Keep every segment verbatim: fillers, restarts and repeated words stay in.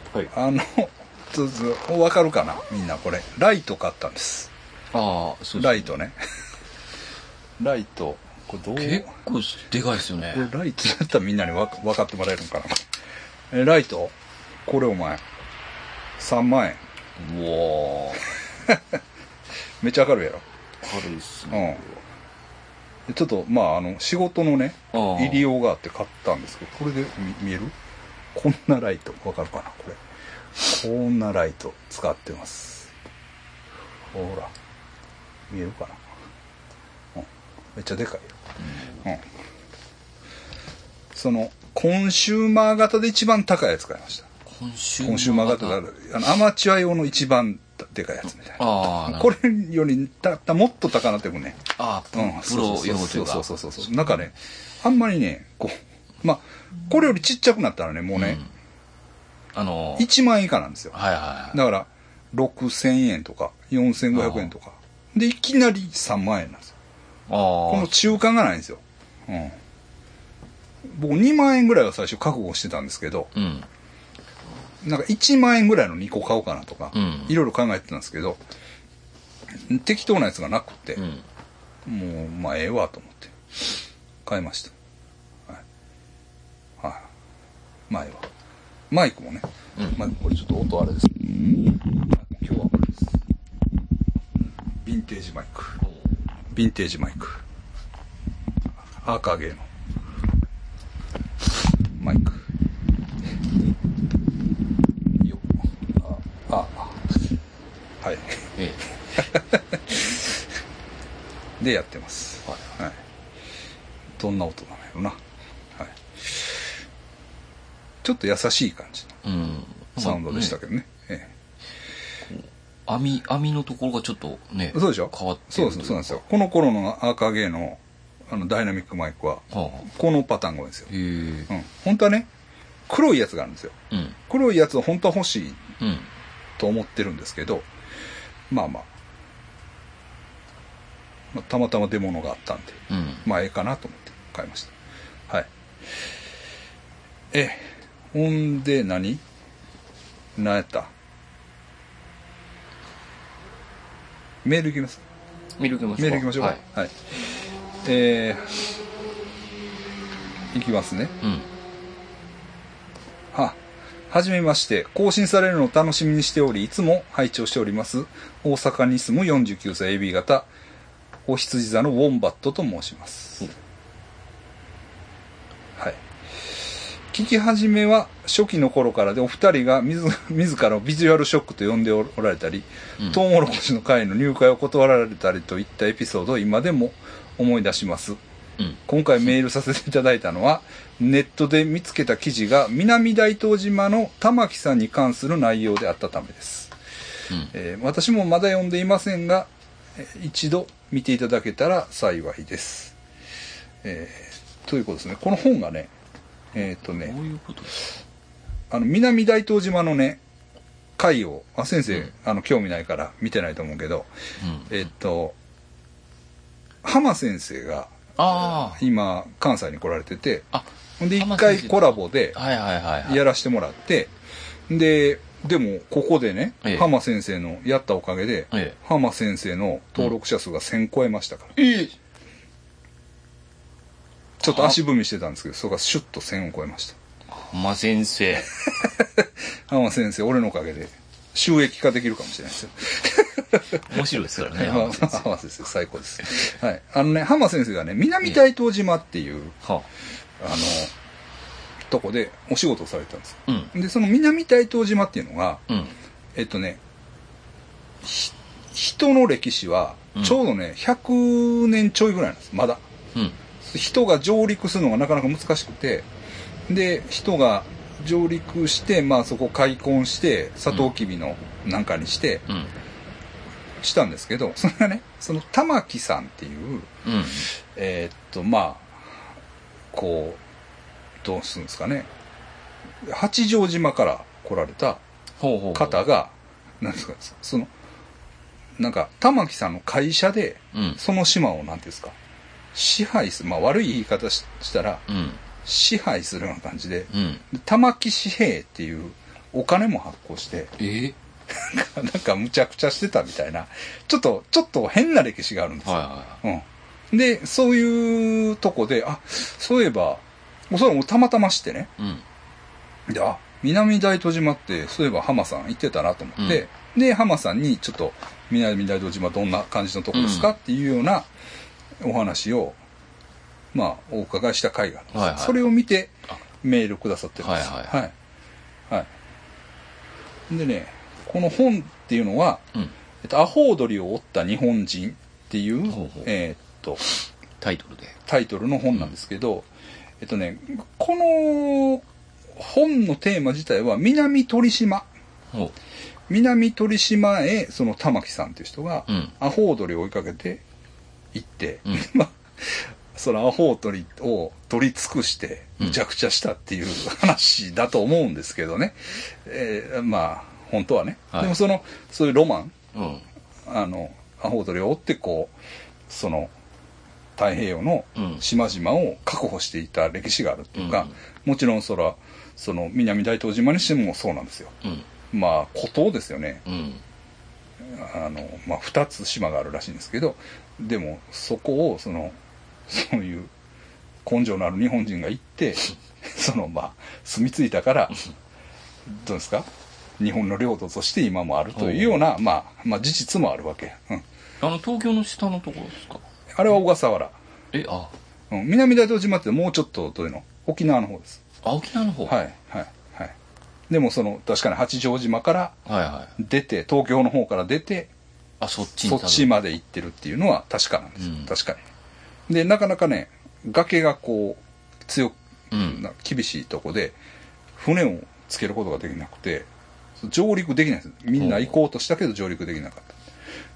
はい、 あのちょっと分かるかなみんな。これライト買ったんです。 ああ、そうですね。 ライトねライトこれどう結構でかいですよね。 これライトだったらみんなに分か、分かってもらえるのかな。えライトこれお前さんまんえん。 うわめっちゃ明るいやろ。 軽いっすね、 うん、ちょっとまああの仕事のね入りようがあって買ったんですけど、これで 見, 見えるこんなライトわかるかな。これこんなライト使ってます。ほら見えるかな、うん、めっちゃでかいよ、うんうん、そのコンシューマー型で一番高いやつ買いました。 コンシューマー型だあのアマチュア用の一番でかいやつみたいな。 あこれよりたたもっと高なってくるね。 ああ、うん、プロ用というか。 そうそうそうそう。なんかね、あんまりね、こう、まあ、これよりちっちゃくなったらね、もうね、 うん、あのー、 いちまん円以下なんですよ。 はいはいはい。 だから、ろくせんえんとか、よんせんごひゃくえんとか。で、いきなりさんまん円なんですよ。 あこの中間がないんですよ。うん。僕にまん円ぐらいは最初覚悟してたんですけど、 うん。 なんかいちまん円ぐらいのにこ買おうかなとか、 うん、 いろいろ考えてたんですけど、適当なやつがなくて、 うん、 もうまあええわと思って買いました。はい、はい、まあええわ。マイクもね、 うん、 マイクこれちょっと音あれですね。今日はこれです。ヴィンテージマイク。ヴィンテージマイク。アーカーゲーのマイク。よああはい。 ええでやってます。はい。はい、どんな音なんやろな。はい。ちょっと優しい感じのサウンドでしたけどね。うん、ええ、網網のところがちょっとね、 そうでしょ。 変わってる。そうですそうなんですよ。この頃のアーカーゲーのあのダイナミックマイクは、はあ、このパターンが多いんですよ。へえ。うん。本当はね、黒いやつがあるんですよ。うん、黒いやつを本当は欲しいと思ってるんですけど、まあまあ、まあ、たまたま出物があったんで、うん、まあええかなと思って買いました。はい。え、ほんで何？何やった？メールいきます？ メールいきましょうか。 メールいきましょうか。はい。はい、えー、いきますね。うん。は、はじめまして。更新されるのを楽しみにしており、いつも拝聴しております。大阪に住むよんじゅうきゅうさい エービー 型、お羊座のウォンバットと申します。うん、はい。聞き始めは初期の頃からで、お二人が自, 自らをビジュアルショックと呼んでおられたり、うん、トウモロコシの会の入会を断られたりといったエピソードを今でも思い出します。うん、今回メールさせていただいたのは、ネットで見つけた記事が南大東島の玉木さんに関する内容であったためです。うん、えー、私もまだ読んでいませんが、一度見ていただけたら幸いです。えー、ということですね。この本がね、えっ、ー、とね、 どういうことですか？ あの南大東島のね会を、あ、先生、うん、あの興味ないから見てないと思うけど、うん、えっ、ー、と浜先生が今関西に来られてて、ほんで一回コラボでやらしてもらって、ででもここでね、ええ、浜先生のやったおかげで、ええ、浜先生の登録者数がせん超えましたから。ええ、ちょっと足踏みしてたんですけど、それがシュッとせんを超えました。 浜先生。 浜先生、俺のおかげで収益化できるかもしれないですよ。 面白いですからね、 浜先生。浜先生、最高です。はい。あのね、浜先生がね、南大東島っていう、はあ、あの、とこでお仕事をされてたんです。うん、で、その南大東島っていうのが、うん、えっとね、人の歴史は、ちょうどね、ひゃくねんちょいぐらいなんです、まだ。うん人が上陸するのがなかなか難しくて、で人が上陸して、まあ、そこ開墾してサトウキビのなんかにして、うん、したんですけど、それがねその玉木さんっていう、うん、えー、っとまあこうどうするんですかね、八丈島から来られた方がなんですか、そのなんか玉木さんの会社で、うん、その島をなんていうんですか支配する、まあ悪い言い方 し, したら、うん、支配するような感じで、うん、玉木紙幣っていうお金も発行して、 えー、 なんかむちゃくちゃしてたみたいな、ちょっと、ちょっと変な歴史があるんですよ。 はいはいはい、 うん。で、そういうとこで、あ、そういえば、もうそれもたまたましてね。うん。で、あ、南大東島って、そういえば浜さん行ってたなと思って、うん、で、浜さんにちょっと、南大東島どんな感じのとこですか、うん、っていうようなお話を、まあ、お伺いした回があるんです。はいはい、それを見て、メールくださってるんです。はいはい。はい。はい。でね、この本っていうのは、うん、えっと、アホウドリを追った日本人っていう、ほうほうえー、っと、 タイトルで。 タイトルの本なんですけど、うん、えっとね、この本のテーマ自体は南鳥島。南鳥島へ、その玉木さんっていう人が、うん、アホウドリを追いかけて行って、うん、まあ、そのアホウドリを取り尽くして、むちゃくちゃしたっていう話だと思うんですけどね。うん、えー、まあ、本当はね。はい、でもその、そういうロマン、うん、あの、アホウドリを追ってこう、その、太平洋の島々を確保していた歴史があるっていうか、うん、もちろんそら、その南大東島にしてもそうなんですよ。うん、まあ孤島ですよね。うん、あのまあふたつ島があるらしいんですけど、でもそこをそのそういう根性のある日本人が行ってそのまあ住み着いたからどうですか、日本の領土として今もあるというような、まあ、まあ事実もあるわけ。うん、 あの東京の下のところですか。 あれは小笠原。 え、あ、 うん、南大東島ってもうちょっとどういうの？沖縄の方です。 あ、沖縄の方。 はいはいはい。でもその確かに八丈島から出て、はいはい、東京の方から出て、 あ、そっちにそっちまで行ってるっていうのは確かなんですよ。うん、確かに。でなかなかね、崖がこう強く、うん、厳しいとこで船をつけることができなくて上陸できないです。みんな行こうとしたけど上陸できなかった。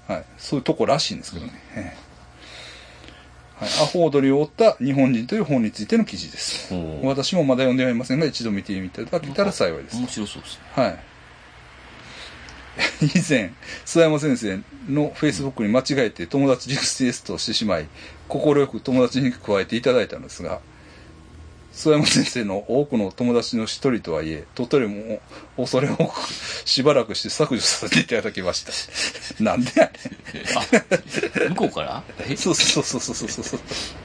はい、そういうとこらしいんですけどね。うん、えーはい、アホウドリを追った日本人という本についての記事です。私もまだ読んではいませんが、一度見てみていただけたら幸いです。 面白そうですね。 はい。以前、諏訪山先生のフェイスブックに間違えて友達リクエストをしてしまい、快く友達に加えていただいたのですが、諏訪山先生の多くの友達の一人とはいえ、とても恐れ多く、しばらくして削除させていただきました。なんでやねん。向こうからそうそうそうそうそうそう。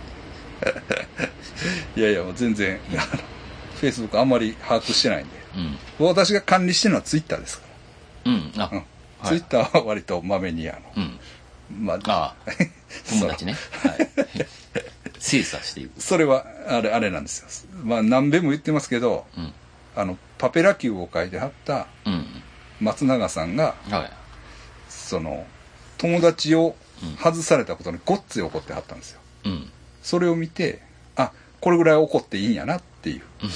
いやいや、もう全然、フェイスブックあんまり把握してないんで。うん、私が管理してるのはツイッターですから。うん。あ、うん、ツイッターは割とまめにあの、うん、 まあ、ああ友達ね。はい。精査していく。 それはあれあれなんですよ。まあ何べんも言ってますけど、うん、あのパペラ級を書いてはった松永さんが、うん、その友達を外されたことにごっつい怒ってはったんですよ。うん、それを見て、あ、これぐらい怒っていいんやなっていう。うん、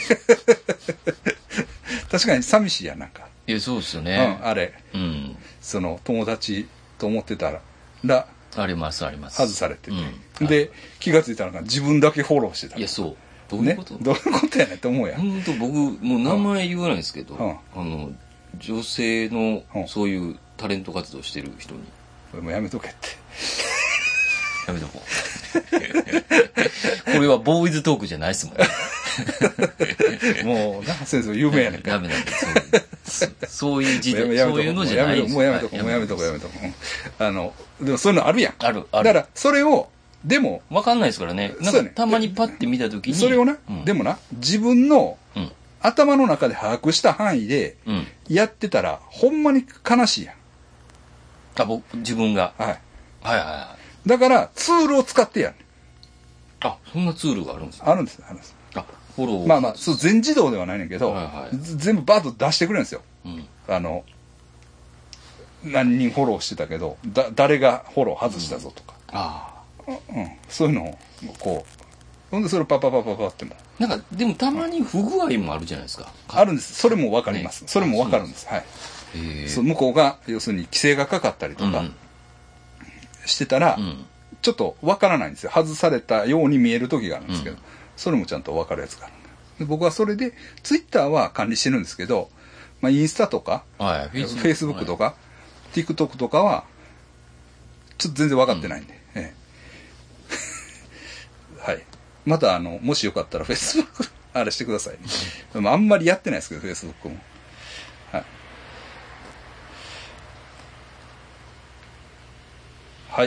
確かに寂しいやんなんか。 いやそうですよね。 うん、あれ、うん、その友達と思ってたら。 ありますあります。 外されてて、うん、で気がついたのが自分だけフォローしてた。 いやそうどういうこと、 ね、どういうことやねんって思うやん。 本当僕もう名前言わないですけど、うん、あの女性のそういうタレント活動してる人に、 うん、もうやめとけってやめとこうこれはボーイズトークじゃないですもんねもうな先生有名やねんかダメなんでそうそういう時代そういうのじゃないです。 もうやめとこうもうやめとこうやめとこうあのでもそういうのあるやん。 あるある。 だからそれをでも分かんないですからね。なんかたまにパッて見た時にそれをな、うん、でもな自分の頭の中で把握した範囲でやってたら、うん、ほんまに悲しいやん。 あ僕自分が、 はい、 はいはいはい。 だからツールを使ってやん。 あそんなツールがあるんですか。 あるんですあるんです。 あフォローまあまあそう全自動ではないねんけど、はいはい、全部バーッと出してくれるんですよ。うん、あの何人フォローしてたけどだ誰がフォロー外したぞとか、うん、ああ、うん、そういうのをこうほんでそれをパパパパパってもなんかでもたまに不具合もあるじゃないですか。 あるんです。それも分かります、ね、それも分かるんです。はい。そう向こうが要するに規制がかかったりとかしてたら、うん、ちょっと分からないんですよ。外されたように見える時があるんですけど、うん、それもちゃんと分かるやつがある。で僕はそれでツイッターは管理してるんですけど、まあ、インスタとか、はい、フェイスブックとか、はい、TikTok とかはちょっと全然分かってないんで、うんええ、はいまたあのもしよかったらフェイスブックあれしてくださいね。でもあんまりやってないですけどフェイスブックもはい。はい。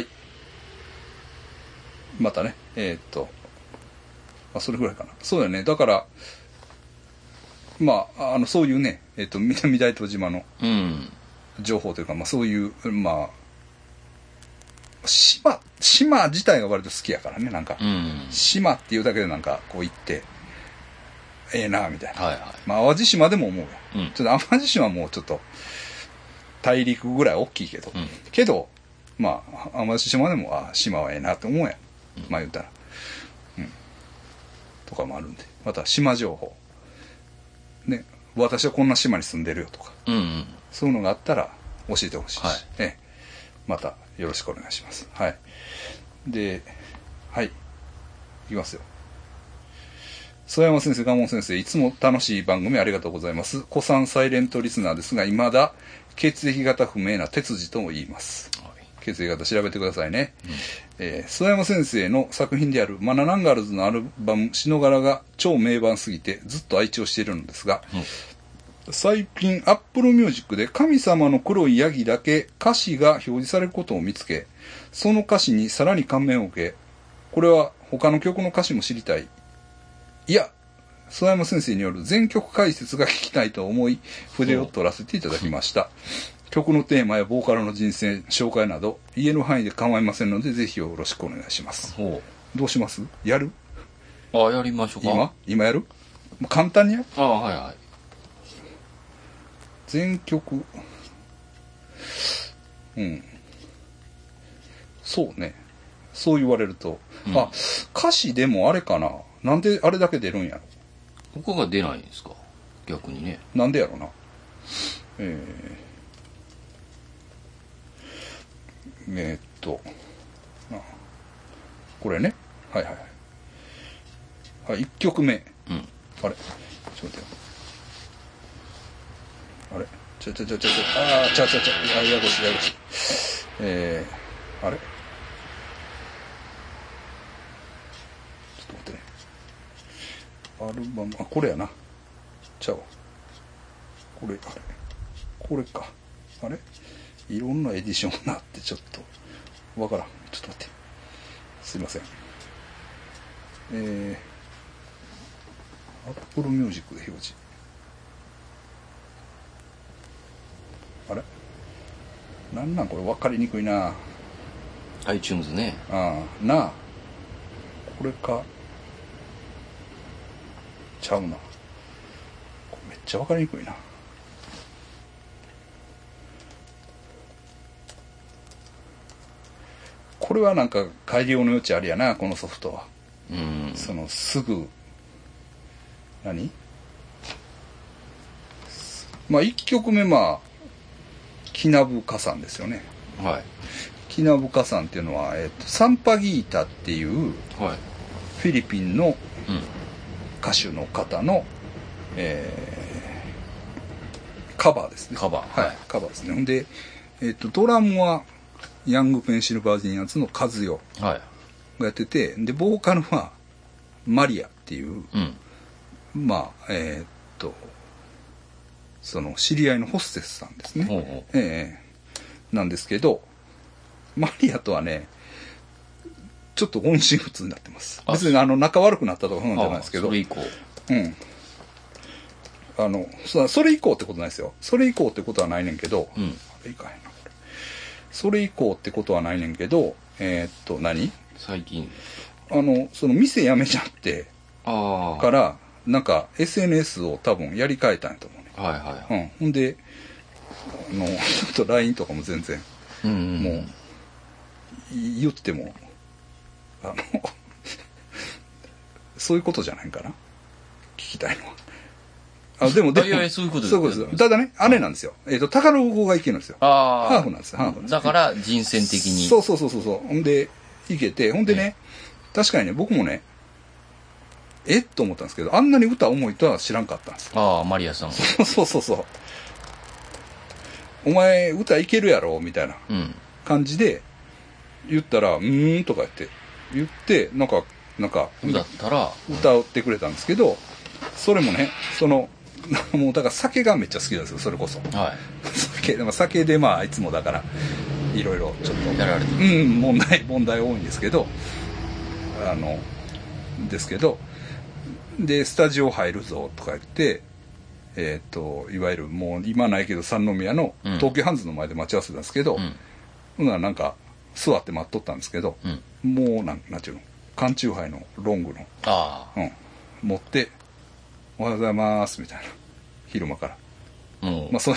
またね、えー、っと、あ、それぐらいかな。そうだよね。だから、まあ、あの、そういうね、えー、っと、南大東島の情報というか、まあ、そういう、まあ、島、島自体が割と好きやからね、なんか、うん、島っていうだけでなんか、こう行って、ええなみたいな。はいはい。まあ、淡路島でも思うよ。うん、ちょっと淡路島はもうちょっと、大陸ぐらい大きいけど、うん、けど、まあ、淡路島でも、あ、島はええなって思うやん。うん、まあ言ったら。うん。とかもあるんで。また、島情報。ね、私はこんな島に住んでるよとか、うんうん、そういうのがあったら教えてほしいし、はい、ええ、またよろしくお願いします。はい。で、はい。いきますよ。曽山先生、蒲門先生、いつも楽しい番組ありがとうございます。古参サイレントリスナーですが、未だ血液型不明な鉄児とも言います。はい、血液型調べてくださいね。うんえー、曽山先生の作品であるマナナンガールズのアルバム、しのがらが超名盤すぎてずっと愛聴しているのですが、うん、最近 Apple Music で神様の黒いヤギだけ歌詞が表示されることを見つけ、その歌詞にさらに感銘を受け、これは他の曲の歌詞も知りたい。いや、曽山先生による全曲解説が聞きたいと思い、筆を取らせていただきました。曲のテーマやボーカルの人生、紹介など、言える範囲で構いませんので、ぜひよろしくお願いします。どうします？やる？ ああ、やりましょうか。 今今やる？簡単にやる？ ああ、はいはい。 全曲。うん。そうね。そう言われると。うん、あ、歌詞でもあれかな。なんであれだけ出るんやろ。 他が出ないんですか？逆にね。 なんでやろな。えー、えー、っとあこれね。はいはいはい。はい、いっきょくめ。うん。あれちょっと待ってよ。あれちょちょちょちょちょあーちゃちゃちゃあややこしいややこしい。えー、あれちょっと待ってね。アルバム、あ、これやな。ちゃうわ。これ、あれ。これか。あれいろんなエディションがあってちょっと、わからん。ちょっと待って。すいません。えー、Apple Music で表示。あれなんなんこれ分かりにくいな。 iTunes ね。 ああ、なあ。これか。ちゃうな。これめっちゃ分かりにくいな。これはなんか改良の余地ありやな、このソフトは。うん。そのすぐ、何まあいっきょくめ、まあ、キナブカさんですよね。はい。キナブカさんっていうのは、えっと、サンパギータっていう、はい、フィリピンの歌手の方の、えー、カバーですね。 カバー。 はい。カバーですね。ほんで、えっと、ドラムは、ヤングペンシルバージニアンズのカズヨがやってて、で、ボーカルは、マリアっていう、うん、まあ、えー、っと、その、知り合いのホステスさんですね。ほうほうえー、なんですけど、マリアとはね、ちょっと音信不通になってます。別にあの仲悪くなったとかそうなんじゃないですけど。 それ以降。 うん。あの、そそれ以降ってことないですよ。それ以降ってことはないねんけど、うん、あれいかへんな、これ。それ以降ってことはないねんけど、えー、っと、何？ 最近。 あの、その店辞めちゃって、あから、なんか エスエヌエス を多分やり替えたんやと思うね。はいはい。うん。ほんで、あの、ちょっと ライン とかも全然、うんうん、もう、言っても、あの、そういうことじゃないかな。聞きたいのは。あ、でも、でも、 いやいやそういうことです。 そういうことです。ただね、姉なんですよ。えっ、ー、と、宝の子がいけるんですよ。ああ。ハーフなんです。ハーフなんです。 だから、人選的に。 そうそうそうそう。ほんで、いけて、ほんでね、確かにね、僕もね、えっと思ったんですけど、あんなに歌重いとは知らんかったんですよ。 ああ、マリアさん。 そうそうそうそう。お前、歌いけるやろみたいな感じで、言ったら、うーんとか言って、言って、なんか、なんか、 歌ったら、 歌ってくれたんですけど、それもね、その、 もうだから酒がめっちゃ好きなんですよ、それこそ。 はい。 酒、でも酒でまあ、いつもだから、いろいろちょっと。 やられてる。うん、問題、問題多いんですけど、あの、ですけど、で、スタジオ入るぞとか言って、えっ、ー、と、いわゆるもう今ないけど三宮の東急ハンズの前で待ち合わせたんですけど、うん、ほんならなんか座って待っとったんですけど、うん、もうなん、なんちゅうの、缶チューハイのロングの、 あうん、持って、おはようございますみたいな、昼間から。うん、まあそういう、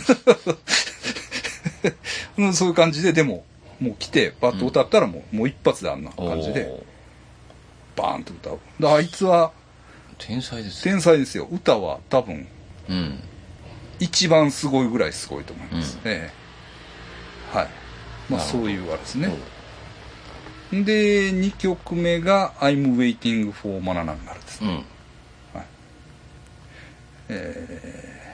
うん、そういう感じで、でも、もう来て、パッと歌ったらもう、うん、もう一発であんな感じで、バーンと歌う。であいつは、 天才です。 天才ですよ。歌は多分、 うん、 一番すごいぐらいすごいと思います。うん、ええ、はい。まあそういうあれですね。で、にきょくめが I'm Waiting for Mananangal ですね。うん、はい。え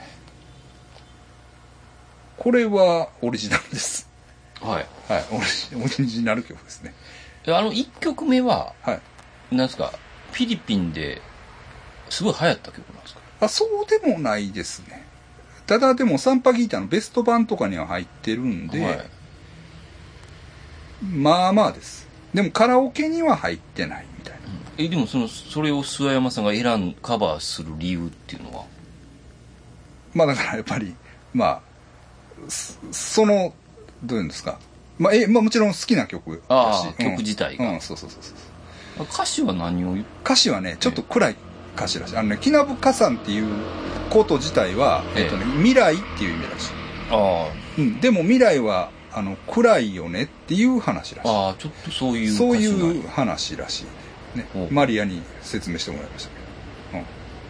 ー、これはオリジナルです。 はい。 はい。オリ、オリジナル曲ですね。 あのいっきょくめは、 はい。 なんですか、フィリピンですごい流行った曲なんですか？ あ、そうでもないですね。ただでもサンパギーターのベスト版とかには入ってるんで、はい、まあまあです。でもカラオケには入ってないみたいな。 うん、え、でもその、それを諏訪山さんが選ん、カバーする理由っていうのは？ まあだからやっぱり、まあ、その、どういうんですか。まあ、え、まあもちろん好きな曲だし。 ああ、曲自体が。 うん、うん、そうそうそうそう。 歌詞は何を言う？ 歌詞はね、ちょっと暗い歌詞らしい。あのね、きなぶかさんっていうこと自体は、えっとね、未来っていう意味らしい。 ああ。 うん。でも未来は、あの、暗いよねっていう話らしい。 ああ、ちょっとそういうそういう話らしい。ね。マリアに説明してもらいましたけ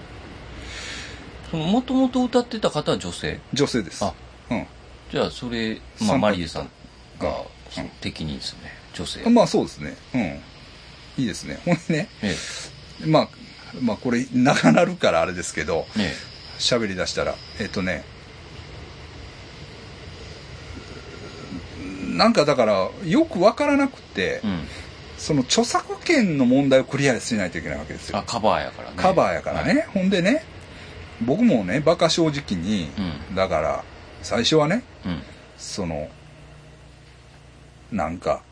ど。うん。もともと歌ってた方は女性？ 女性です。あ、うん。 じゃあ、それ、まあ、マリエさんが、うん、的にですね、女性。 まあ、そうですね。うん。いいですね。ほんでね、ええ、まあ、まあ、これ、長なるからあれですけど、喋、ええ、り出したら、えっとね、なんかだから、よくわからなくて、うん、その著作権の問題をクリアしないといけないわけですよ。 あ、カバーやからね。 カバーやからね。はい、ほんでね、僕もね、馬鹿正直に、うん、だから、最初はね、うん、その、なんか、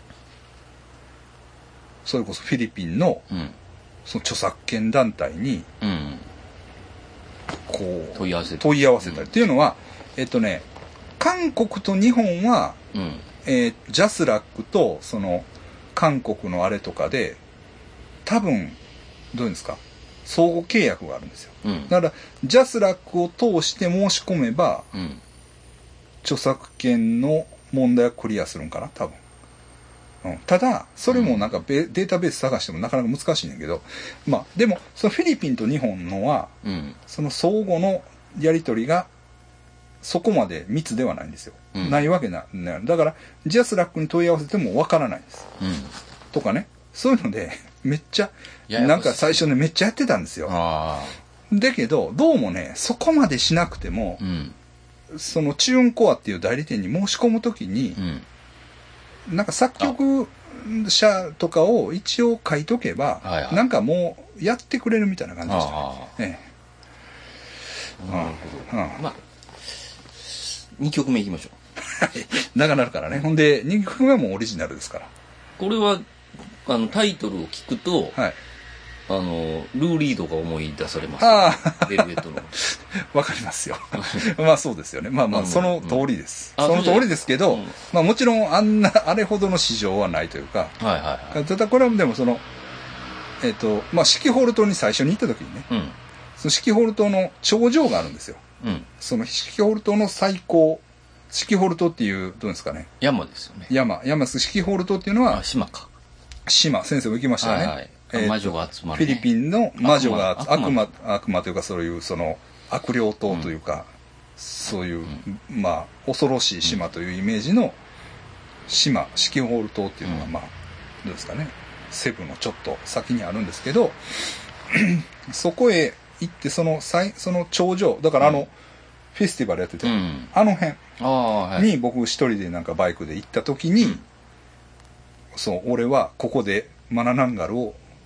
それこそフィリピンの、うん、その著作権団体に、うん、こう、 問い合わせた。 問い合わせたり。っていうのは、えっとね、韓国と日本は、うん、えー、ジャスラックと、その、韓国のあれとかで、多分、どういうんですか、相互契約があるんですよ。うん、だから、ジャスラックを通して申し込めば、うん、著作権の問題はクリアするんかな、多分。うん、ただ、それもなんかベ、うん、データベース探してもなかなか難しいんだけど、まあ、でも、そのフィリピンと日本のは、うん、その相互のやり取りが、そこまで密ではないんですよ。うん、ないわけな、だから、ジャスラックに問い合わせてもわからないんです。うん、とかね。そういうので、めっちゃ、なんか最初ね、めっちゃやってたんですよ。あだけど、どうもね、そこまでしなくても、うん、そのチューンコアっていう代理店に申し込むときに、うん、なんか作曲者とかを一応書いとけば、はいはい、なんかもうやってくれるみたいな感じでした、ね。ええ、なるほど。うん、まあ、にきょくめいきましょう。長なるからね。ほんで、にきょくめもオリジナルですから。 これは、あの、タイトルを聞くと、はい、あの、ルーリードが思い出されます、ね。ああ。ベルベットの。 わかりますよ。まあそうですよね。まあまあ、その通りです。うん、その通りですけど、うん、まあもちろん、あんな、あれほどの市場はないというか、はいはいはい。ただこれはでもその、えっ、ー、と、まあ、シキホル島に最初に行った時にね、うん、そのシキホル島の頂上があるんですよ。うん、そのシキホル島の最高、シキホル島っていう、どうですかね。 山ですよね。 山。山、シキホル島っていうのは、 あ、島か。 島、先生も行きましたよね。はいはい、 えー、魔女が集まる、 ね。フィリピンの魔女が、悪魔、悪魔というかそういう、その、悪霊島というか、うん、そういう、うん、まあ、恐ろしい島というイメージの島、シキホル島っていうのが、まあ、どうですかね。セブのちょっと先にあるんですけど、そこへ行って、その、その頂上、だからあの、うん、フェスティバルやってて、うん、あの辺に僕一人でなんかバイクで行った時に、うん、そう、俺はここでマナナンガルを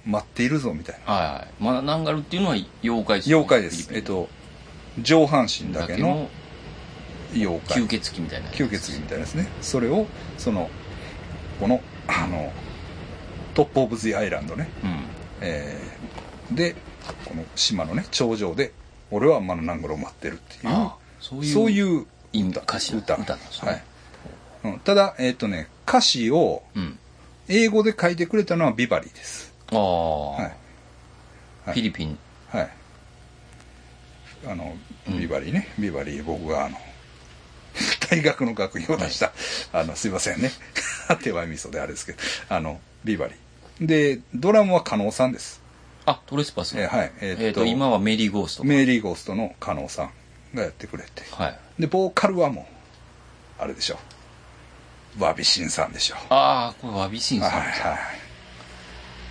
待っているぞみたいな。 はいはい。マナンガルっていうのは妖怪です、 ね、妖怪です。えっと、上半身だけの妖怪。 吸血鬼みたいな。 吸血鬼みたいなですね。それを、その、この、あの、トップオブザアイランドね。うん、えー、で、この島のね、頂上で、俺はマナナンガルを待ってるっていう、ああそういう、そういう歌。歌詞歌なんですね。はい。 うん、ただ、えっとね、歌詞を、英語で書いてくれたのはビバリーです。ああ。はい。 フィリピン。 はい。あの、ビバリーね。うん、ビバリー、僕が、あの、大学の学費を出した、はい、あの、すいませんね。手前味噌であれですけど、あの、ビバリー。で、ドラムは加納さんです。 あ、トレスパス。 えー、はい。 えー、っと、えー、と今はメリーゴースト。 メリーゴーストの加納さんがやってくれて。はい。で、ボーカルはもう、あれでしょ。ワビシンさんでしょ。 ああ、これワビシンさん。はいはい。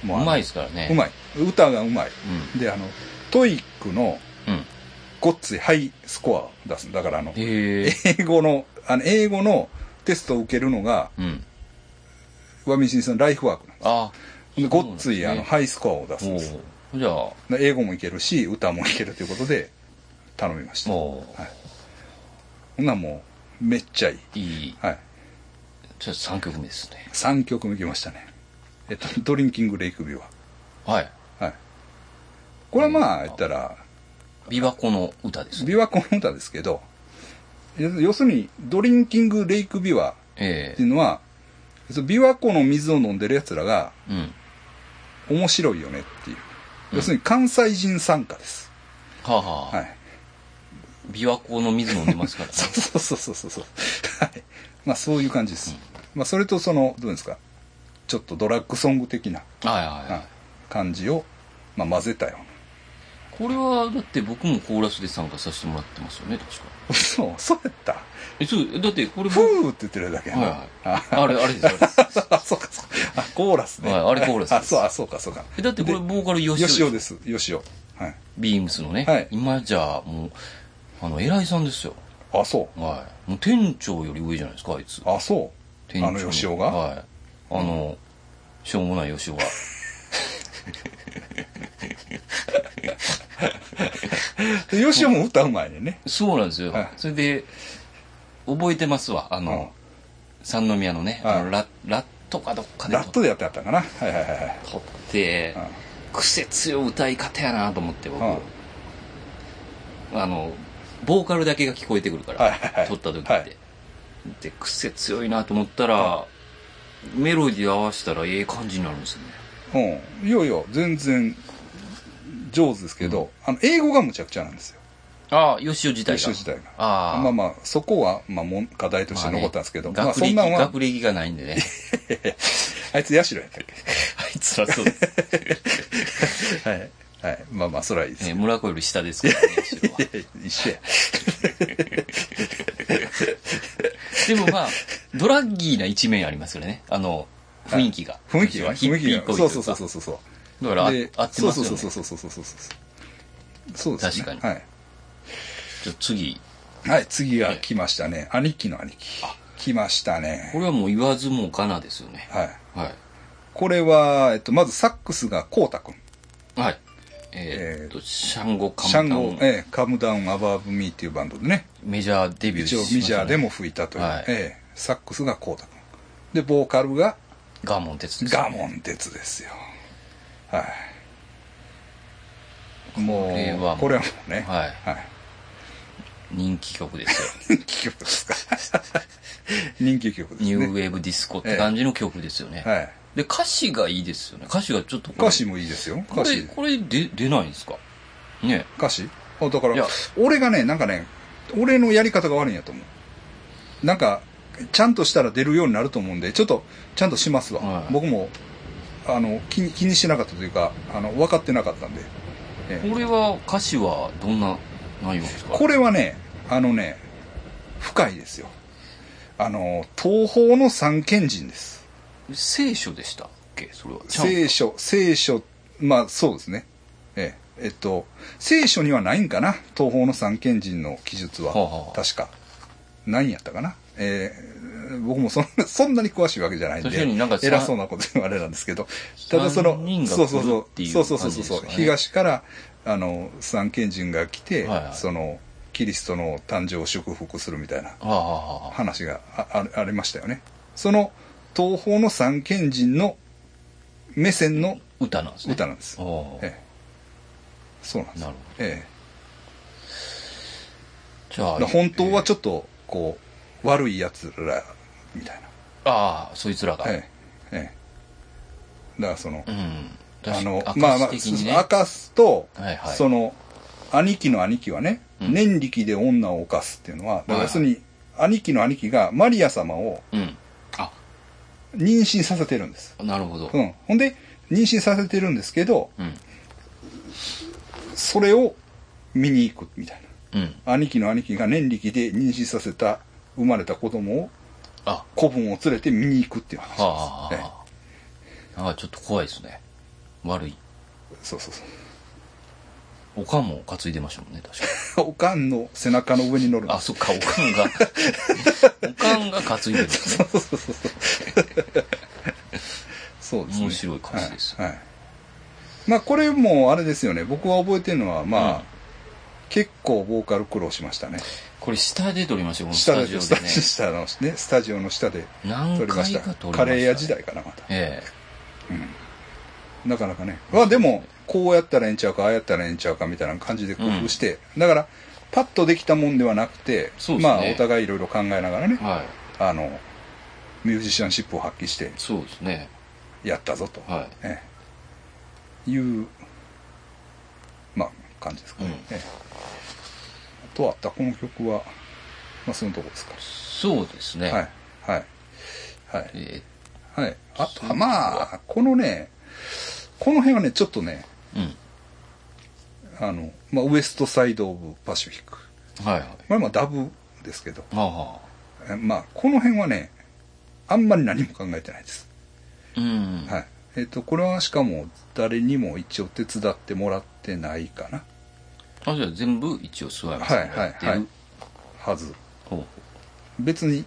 もううまいですからね。 うまい。歌がうまい。うん、で、あの、トイックの、うん、ごっついハイスコア出す。だからあの、英語の、あの、英語のテストを受けるのが、うん、ワビシンさんのライフワークなんです。ああ。で、ごっつい、あの、ハイスコアを出すんです。じゃあ。英語もいけるし、歌もいけるということで、頼みました。はい。ほんなもう、めっちゃいい。いい。はい。 じゃあさんきょくめですね。 さんきょくめきましたね。えっと、ドリンキングレイクビューは。はい。はい。これはまあ、言ったら、 琵琶湖の歌です、 ね。琵琶湖の歌ですけど、要するに、ドリンキングレイクビューっていうのは、えー、琵琶湖の水を飲んでる奴らが、うん、面白いよねっていう。うん、要するに関西人参加です。はあはあ。はい。 琵琶湖の水飲んでますからね。 そうそうそうそうそう。はい。まあそういう感じです。うん、まあそれとその、どうですか、ちょっとドラッグソング的な感じを、まあ、混ぜたような。 これはだって僕もコーラスで参加させてもらってますよね、確か。 そう、そうやった。 え、そう、だってこれフーって言ってるだけやな。はいはい、あれ、あれです、あれです。 あ、そうか、そうか。あ、コーラスね。 はい、あれコーラスです。 あ、そう、あ、そうか、そうか。 え、だってこれボーカル吉尾。 吉尾です、吉尾。はい。 ビームスのね。はい。今じゃあもう、あの、偉いさんですよ。 あ、そう。 はい。もう店長より上じゃないですか、あいつ。 あ、そう。店長。あの吉尾がはい。あの、しょうもない吉尾が。 吉尾も歌うまいねんね。 そうなんですよ。はい、それで、覚えてますわ。あの、うん、三宮のね、はい、あのラ、ラットかどっかで。 ラットでやってやったかな。はいはいはい。 撮って、うん、癖強い歌い方やなと思って僕、うん、あの、ボーカルだけが聞こえてくるから、はいはいはい、撮った時って。はい、で、癖強いなと思ったら、はい、メロディー合わせたらええ感じになるんですよね。うん。いやいや、全然上手ですけど、うん、あの、英語がむちゃくちゃなんですよ。 ああ、吉尾自体が。 吉尾自体が。ああ。まあまあ、そこは、まあ、課題として残ったんですけど、まあ、ね、まあ、 そんなんは。学歴がないんでね。 あいつ、社やったっけあいつはそうです。 はい。はい。まあまあ、それはいいです。 ね、村子より下ですからね、 いやいや一緒や。 でもまあ、ドラッギーな一面ありますよね。あの、雰囲気が。 雰囲気が。 ヒッピーっぽいというか。 そうそうそうそうそう。 だから、合ってますよね。 そうそうそうそうそうそうそう。そうですね。 確かに。はい。じゃあ次。 はい、次が来ましたね。兄貴の兄貴。来ましたね。 これはもう言わずもがなですよね。 はい。はい。これは、えっと、まずサックスがコウタ君。 はい。えー、っと、シャンゴカムダウン。 シャンゴ、えー、カムダウンアバーブミーっていうバンドでね。 メジャーデビューしましたね。 一応メジャーでも吹いたという。はい、えー、サックスがコウタ君。で、ボーカルがガーモンテツです、ね。ガーモンテツですよ。はい。もう、これはもう、これはもうね。はい。はい。 人気曲ですよ。 人気曲ですか。人気曲ですね。 ニューウェーブディスコって感じの曲ですよね。えー、はい。で、歌詞がいいですよね。歌詞がちょっと。 歌詞もいいですよ。 歌詞。これ、これで、出ないんですかね。 歌詞あ、だから、俺がね、なんかね、俺のやり方が悪いんやと思う。なんか、ちゃんとしたら出るようになると思うんで、ちょっと、ちゃんとしますわ。はい、僕も、あの、気に、気にしなかったというか、あの、分かってなかったんで。 ええ、これは、歌詞はどんな内容ですか？ これはね、あのね、深いですよ。あの、東方の三賢人です。 聖書でしたっけそれは。 聖書、聖書、まあそうですね。ええ、えっと、聖書にはないんかな東方の三賢人の記述は。はあはあ、確か。何やったかなえー、僕もそんな、そんなに詳しいわけじゃないんで、 んか偉そうなこと言うあれなんですけど、ただその、そうそうそう、そうそうそうそう、東から、あの、三賢人が来て、はいはい、その、キリストの誕生を祝福するみたいな話が あ, あ, ありましたよね。その、東方の三賢人の目線の歌なんですね。 歌なんです。ええ、そうなんです。なるほど。ええ、じゃあ本当はちょっとこう悪いやつらみたいな。ああ、そいつらが。ええ、ええ。だからその、うん、あの、 ね、 まあまあ、明かすと、はいはい、その、兄貴の兄貴はね、うん、念力で女を犯すっていうのは、だから要するに、兄貴の兄貴がマリア様を、うん、あ、妊娠させてるんです。 なるほど。 うん。ほんで、妊娠させてるんですけど、うん、それを見に行くみたいな。うん、兄貴の兄貴が念力で妊娠させた生まれた子供を子分を連れて見に行くっていう話です。はあ、ええ、なんかちょっと怖いですね。悪い。 そうそうそう。 おかんも担いでましたもんね、確かに。おかんの背中の上に乗るんです。 あ、そっか、おかんがおかんが担いでるんですね。そうそうそうそう。そうですね。面白い歌詞です、はいはい。 まあこれもあれですよね。僕は覚えてるのはまあ、うん、結構ボーカル苦労しましたね。 これ下で撮りましたよ、スタジオでね。 下のね、スタジオの下で撮りました。何回か撮りました、ね。カレー屋時代かな、また。ええ、うん。なかなかね。まあでも、こうやったらええんちゃうか、ああやったらええんちゃうかみたいな感じで工夫して、うん、だから、パッとできたもんではなくて、ね、まあお互いいろいろ考えながらね、はい、あの、ミュージシャンシップを発揮して、 そうですね。 やったぞと、はい、ええ、いう、まあ、感じですかね。うん、ええ、あとは、この曲は、まあ、そのとこですか。 そうですね。 はい。はい。はい。えー、はい。あとは、まあ、このね、この辺はね、ちょっとね、うん、あの、まあ、ウエストサイド・オブ・パシフィック。はいはい。これはまあ、ダブですけど、はあ、まあ、この辺はね、あんまり何も考えてないです。うん。はい。えっと、これはしかも、誰にも一応手伝ってもらってないかな。 あ、じゃあ全部一応諏訪山さんがやってる、はいはいはい、 はず。ほうほう。別に、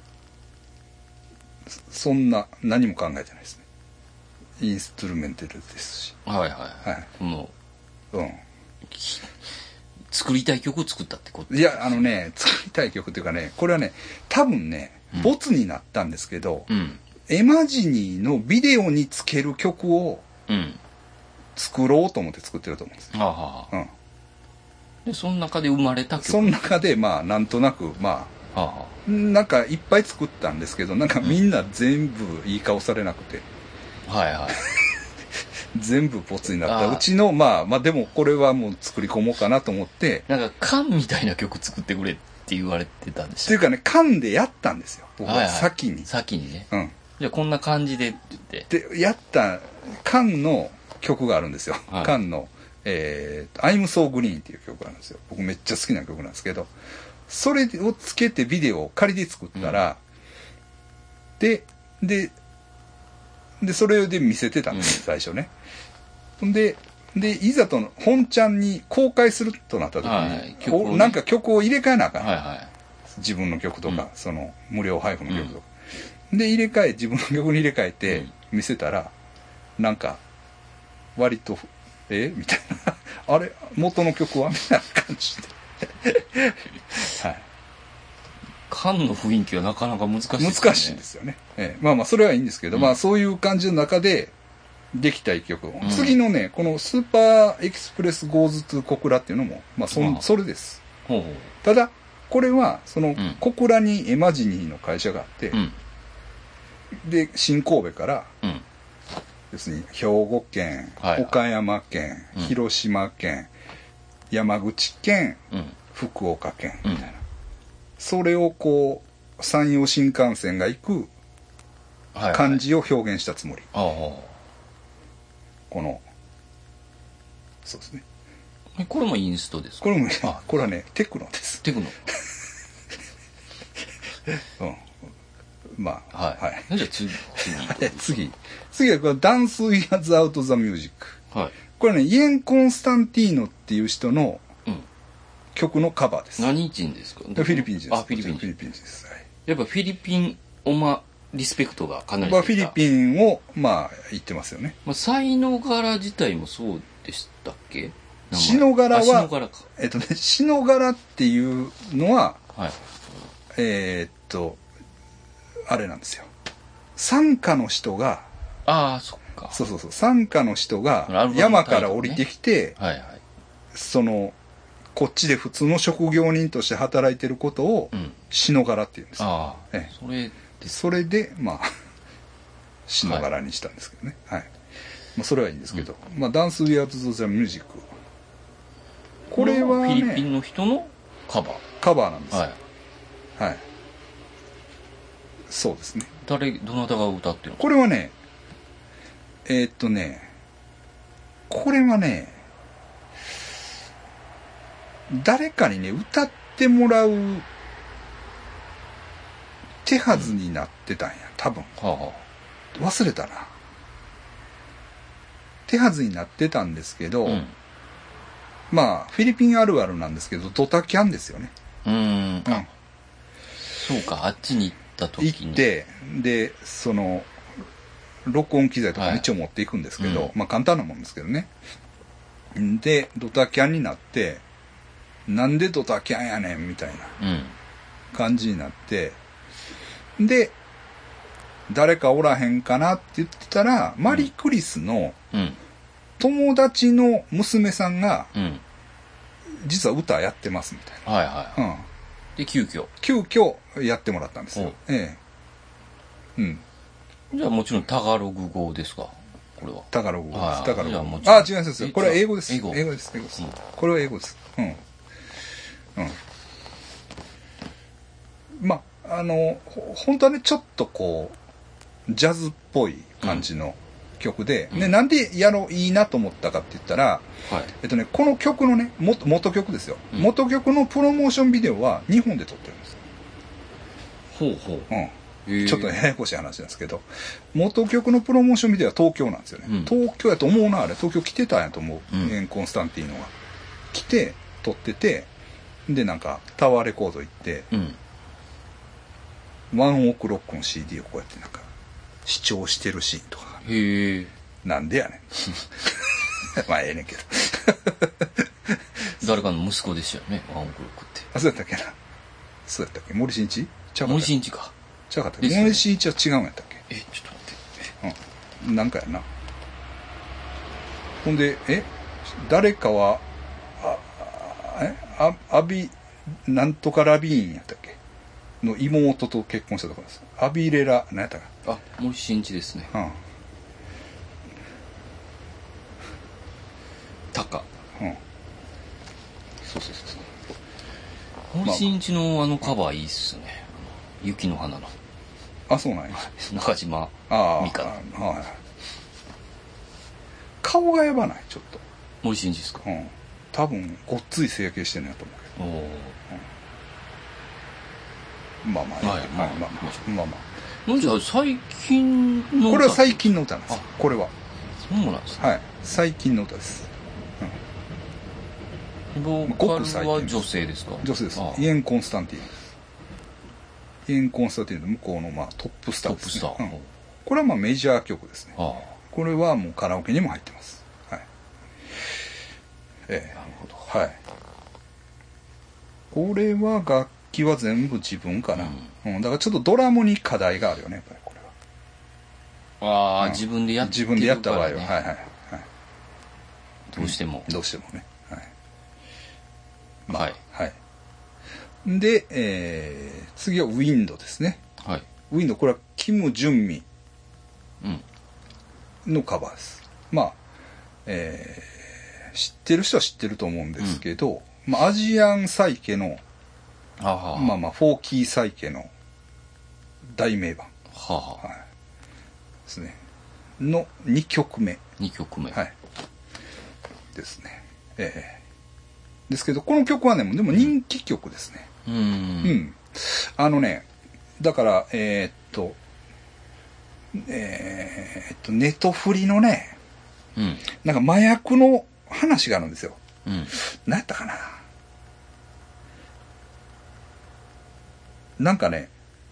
そんな、何も考えてないですね。インストゥルメンタルですし。 はいはい。はい。もう、うん。作りたい曲を作ったってこといや、あのね、作りたい曲っていうかね、これはね、多分ね、ボツになったんですけど、うん、エマジニーのビデオにつける曲を作ろうと思って作ってると思うんです。うん、はあはあ、 うん。で、その中で生まれた曲。 その中で、まあ、なんとなく、まあ、はあはあ、なんかいっぱい作ったんですけど、なんかみんな全部いい顔されなくて。うん、はいはい。全部ボツになったうちの、まあ、まあでもこれはもう作り込もうかなと思って。 なんか、カンみたいな曲作ってくれって言われてたんでしょ。 っていうかね、カンでやったんですよ。僕は先に。はいはい、 先にね。うん。じゃあこんな感じでって言って。 で、やった、カンの曲があるんですよ。はい、カンの、えー、I'm So Green っていう曲があるんですよ。僕めっちゃ好きな曲なんですけど、それをつけてビデオを仮で作ったら、うん、で、で、で、それで見せてたんです、うん、最初ね。で、で、いざとの、本ちゃんに公開するとなった時に、はい曲をね、なんか曲を入れ替えなあかん、はいはい。自分の曲とか、うん、その、無料配布の曲とか。うん、で、入れ替え、自分の曲に入れ替えて見せたら、うん、なんか、割と、えみたいな。あれ元の曲はみたいな感じで。はい。 カンの雰囲気はなかなか難しいですね。 難しいですよね。ええ、まあまあ、それはいいんですけど、うん、まあそういう感じの中で、できた一曲、うん、次のね、このスーパーエクスプレスゴーズトゥ小倉っていうのも、まあそ、ああそれです。ほうほう。ただ、これは、その、うん、小倉にエマジニーの会社があって、うん、で、新神戸から、うん、要するに兵庫県、はいはい、岡山県、うん、広島県、山口県、うん、福岡県、みたいな。うん、それをこう、山陽新幹線が行く感じを表現したつもり。はいはい、この、そうですね。 これもインストですか？ これも、あ、これはね、テクノです。 テクノ。 うん。まあ、 はい。はい、じゃあ次、 次。次。次はこのダンス・ウィアズ・アウト・ザ・ミュージック。はい。これね、イエン・コンスタンティーノっていう人の曲のカバーです。 何人ですか？ フィリピン人です。 あ、フィリピン人。 フィリピン人です。はい。 やっぱフィリピンオマリスペクトがかなり出た。 まあ、フィリピンをまあ言ってますよね。 まあ、才能柄自体もそうでしたっけ？ シノ柄は、 シノ柄か。 えっとね、シノ柄っていうのは、 はい、 えー、っと、あれなんですよ。傘下の人が、 ああ、そっか。 そうそうそう、傘下の人が山から降りてきて、 はいはい、 その、こっちで普通の職業人として働いてることを、シノ柄って言うんですよ。 ああ、 ええ、 それで、それで、まあ、シノ柄にしたんですけどね。はい。はい、まあ、それはいいんですけど、うん、まあ、ダンス・ウィアーズ・ザ・ミュージック。これは、ね、 フィリピンの人のカバー。 カバーなんですよ。 はい。 はい。そうですね。 誰、どなたが歌ってるの？ これはね、えー、っとね、これはね、誰かにね、歌ってもらう手はずになってたんや、多分。はあはあ、忘れたな。手はずになってたんですけど、うん、まあ、フィリピンあるあるなんですけど、ドタキャンですよね。 うーん。うん。そうか、あっちに行った時に。 行って、で、その、録音機材とか一応持っていくんですけど、はい、まあ簡単なもんですけどね。で、ドタキャンになって、なんでドタキャンやねんみたいな感じになって、うん、で、誰かおらへんかなって言ってたら、うん、マリクリスの友達の娘さんが、うん、実は歌やってますみたいな。 はいはい。うん、で、急遽。 急遽やってもらったんですよ。ええ。うん。 じゃあもちろんタガログ語ですか、これは。 タガログ語です。タガログ語。 あ、 違います。これは英語です。英語。英語です。英語です。うん、これは英語です。うん。うん。まあ、あの、本当はね、ちょっとこう、ジャズっぽい感じの曲で、うん、ね、なんでやろう、いいなと思ったかって言ったら、はい、えっとね、この曲のね、元、元曲ですよ、うん。元曲のプロモーションビデオは日本で撮ってるんですよ。 ほうほう。 うん。ちょっとややこしい話なんですけど、元曲のプロモーションビデオは東京なんですよね。うん、東京やと思うな、あれ。東京来てたんやと思う。うん、エン・コンスタンティーノが。来て、撮ってて、で、なんか、タワーレコード行って、うん、ワンオクロックの シーディー をこうやってなんか、視聴してるシーンとか。 へえ。 なんでやねん。まあ、ええねんけど。 誰かの息子でしたよね、ワンオクロックって。 あ、そうやったっけな。そうやったっけ、森進一？ 森進一か。 ちゃうかったっけ、森進一は違うんやったっけ。 え、ちょっと待って。 うん。なんかやな。ほんで、え誰かは、あ、えあ、アビ、なんとかラビーンやったっけの妹と結婚したところです。アビレラ、何やったか。 あ、森進一ですね。うん。タカ。うん。そうそうそうそう。森進一のあのカバーいいっすね。雪の花の。 あ、そうなんや。 中島美嘉。はい。 顔がやばない、ちょっと。 森進一ですか。 うん。多分、ごっつい整形してんのやと思うけど。おー。うん、まあまあ、はい、まあまあ、まあまあ。まあ、 なんじゃ最近の歌。 これは最近の歌なんです。これは。 そうなんですね。はい。最近の歌です。 うん。ボーカルは女性ですか？ 女性です。イエン・コンスタンティーノです。イエン・コンスタンティーノの向こうのまあトップスターですね。トップスター。うん、これはまあメジャー曲ですね。ああ、これはもうカラオケにも入ってます。はい。ええ。なるほど。はい。これは楽器は全部自分かな。うん。うん、だからちょっとドラムに課題があるよね、やっぱりこれは。ああ、うん、自分でやって自分でやった場合は、はいはいはい。 どうしても。 うん、どうしてもね。はい。まあ、 はい。 はい。で、えー、次はウィンドですね。はい。ウィンド、これはキム・ジュンミのカバーです。まあ、えー、知ってる人は知ってると思うんですけど、うん、まあ、アジアンサイケの、はあはあ、まあまあ、フォーキーサイケの大名盤。はあはあ、はい。ですね。のにきょくめ。 にきょくめ。 はい。ですね。えー、ですけど、この曲はね、でも人気曲ですね。うん。うん。あのね、だから、えー、っと、えー、っと、ネトフリのね、うん、なんか麻薬の話があるんですよ。うん。何やったかな。なんかね、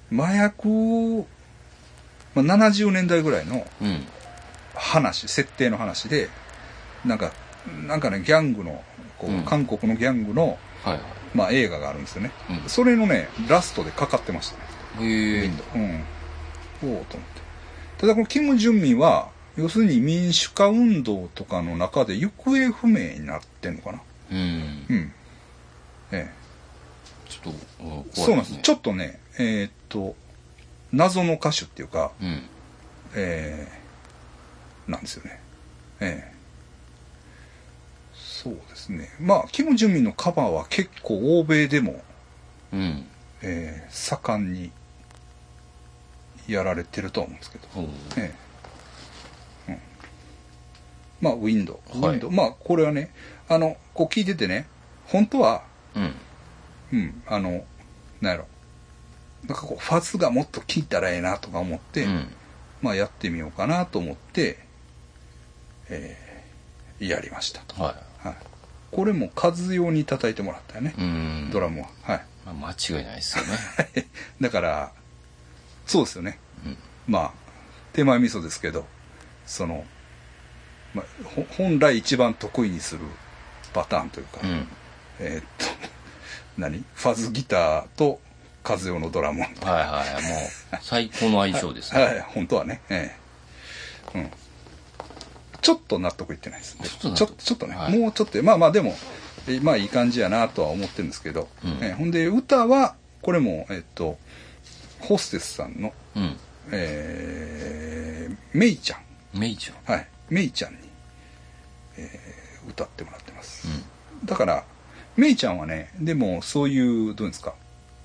麻薬を、まあ、ななじゅうねんだいぐらいの話、うん、設定の話で、なんか、なんかね、ギャングの、こう、うん、韓国のギャングの、はいはい、まあ映画があるんですよね。うん、それのね、ラストでかかってましたね。へえ。うん。おおと思って。ただこのキム・ジュンミンは、要するに民主化運動とかの中で行方不明になってんのかな。うん。うん。ええ。ちょっと、怖いですね。そうなんです。ちょっとね、えー、っと、謎の歌手っていうか、うん、えー、なんですよね。ええ。そうですね。まあ、キム・ジュンミンのカバーは結構欧米でも、うん、えー、盛んにやられてるとは思うんですけど。ええ、うん、まあ、ウィンドウ。ウィンドウ。はい、まあ、これはね、あの、こう聞いててね、本当は、うん、うん、あの、なんやろ。なんかこう、ファズがもっと効いたらええなとか思って、うん、まあ、やってみようかなと思って、えー、やりました。はい。はい。これも数用に叩いてもらったよね。ドラムは。はい。 まあ、間違いないですよね。 だから、そうですよね。うん、まあ、手前味噌ですけど、その、まあ、本来一番得意にするパターンというか、うん、えー、っと、何ファズギターと数用のドラム。はいはい。もう、最高の相性ですね。 はい、はい、本当はね。ええ、うん。ちょっと納得いってないですね。ちょっと、ちょっとね、はい、もうちょっと、まあまあでも、まあいい感じやなとは思ってるんですけど、うん、えー、ほんで歌は、これも、えっと、ホステスさんの、うん、えー、メイちゃん。メイちゃんはい。メイちゃんに、えー、歌ってもらってます。うん、だから、メイちゃんはね、でもそういう、どうですか、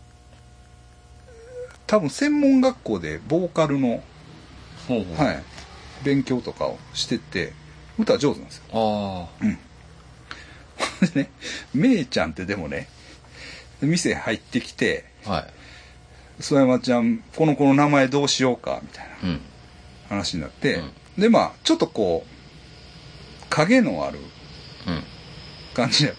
多分専門学校でボーカルの、ほうほう、はい、勉強とかをしてて、歌上手なんですよ。ああ。うん。でね、めいちゃんってでもね、店入ってきて、はい。曽山ちゃん、この子の名前どうしようか、みたいな話になって、うん、で、まあ、ちょっとこう、影のある感じやって、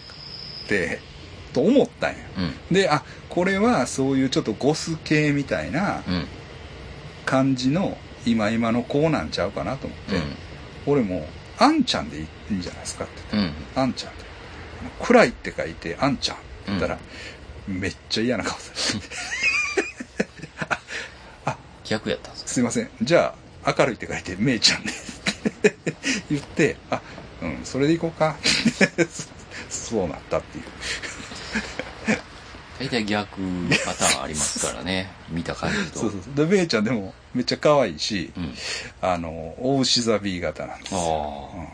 うん、と思ったんや。うん、で、あ、これはそういうちょっとゴス系みたいな感じの今今の子なんちゃうかなと思って、うん、俺も、あんちゃんでいいんじゃないですかって言って、うん、あんちゃんって。暗いって書いて、あんちゃんって言ったら、うん、めっちゃ嫌な顔されて。 あ、逆やったんですか？ すいません。じゃあ、明るいって書いて、めいちゃんですって言って、あ、うん、それでいこうか。そうなったっていう。 大体逆パターンありますからね。見た感じと。 そうそうそう。で、めいちゃんでもめっちゃ可愛いし、うん、あの、大牛座 B 型なんですよ。ああ。うん、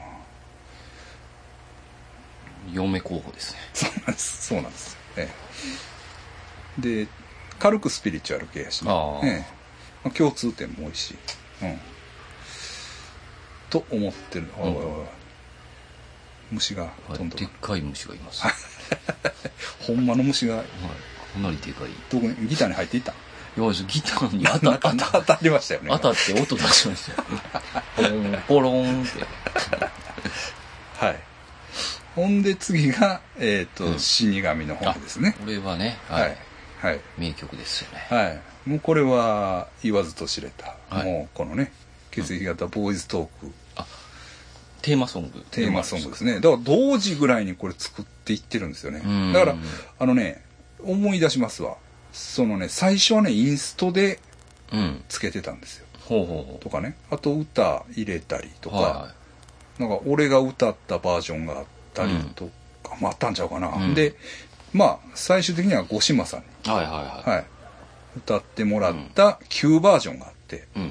嫁候補ですね。 そうなんです。そうなんです。ええ、で、軽くスピリチュアル系やしね。あ、ええ、まあ、共通点も多いし。うん。と思ってる。おいおいおい。虫が飛んでる。 でっかい虫がいます。 ほんまの虫が。はい。 かなりでかい。 どこにギターに入っていった？ いや、ギターに当たった。 当たりましたよね。 当たって音出しましたよ。ポロン、ポロンって。 はい。ほんで次が、えっ、ー、と、うん、死神の本ですね。 これはね、はい、はい。はい。名曲ですよね。 はい。もうこれは言わずと知れた。はい、もうこのね、血液型ボーイズトーク。うん、あ、 テーマソング。 テーマソングですね。だから同時ぐらいにこれ作っていってるんですよね。だから、あのね、思い出しますわ。そのね、最初はね、インストでつけてたんですよ。うん、ほうほうほう。とかね。あと歌入れたりとか、はいはい、なんか俺が歌ったバージョンがあったりとか、うん、まああったんちゃうかな。うん、で、まあ、最終的には五島さんに、はいはいはい。はい、歌ってもらった旧バージョンがあって、うん。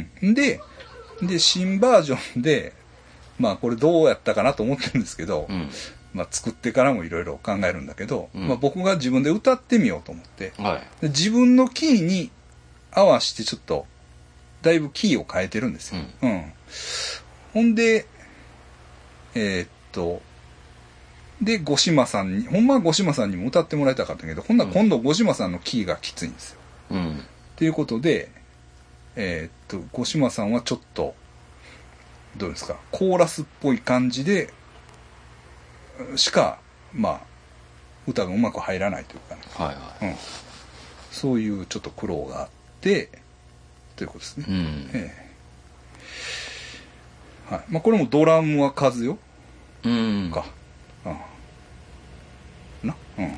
うん。で、で、新バージョンで、まあこれどうやったかなと思ってるんですけど、うん、まあ作ってからもいろいろ考えるんだけど、うん、まあ僕が自分で歌ってみようと思って、はい、で自分のキーに合わせてちょっとだいぶキーを変えてるんですよ。うん。うん、ほんで、えー、っと、で、五島さんに、ほんまは五島さんにも歌ってもらいたかったけど、ほんなら今度五島さんのキーがきついんですよ。うん。っていうことで、えー、っと、五島さんはちょっと、どうですか、コーラスっぽい感じでしか、まあ、歌がうまく入らないというかね。はいはい。うん。 そういうちょっと苦労があってということですね、 うんええ、はいまあ、これもドラムは和代うんか、うん、なうん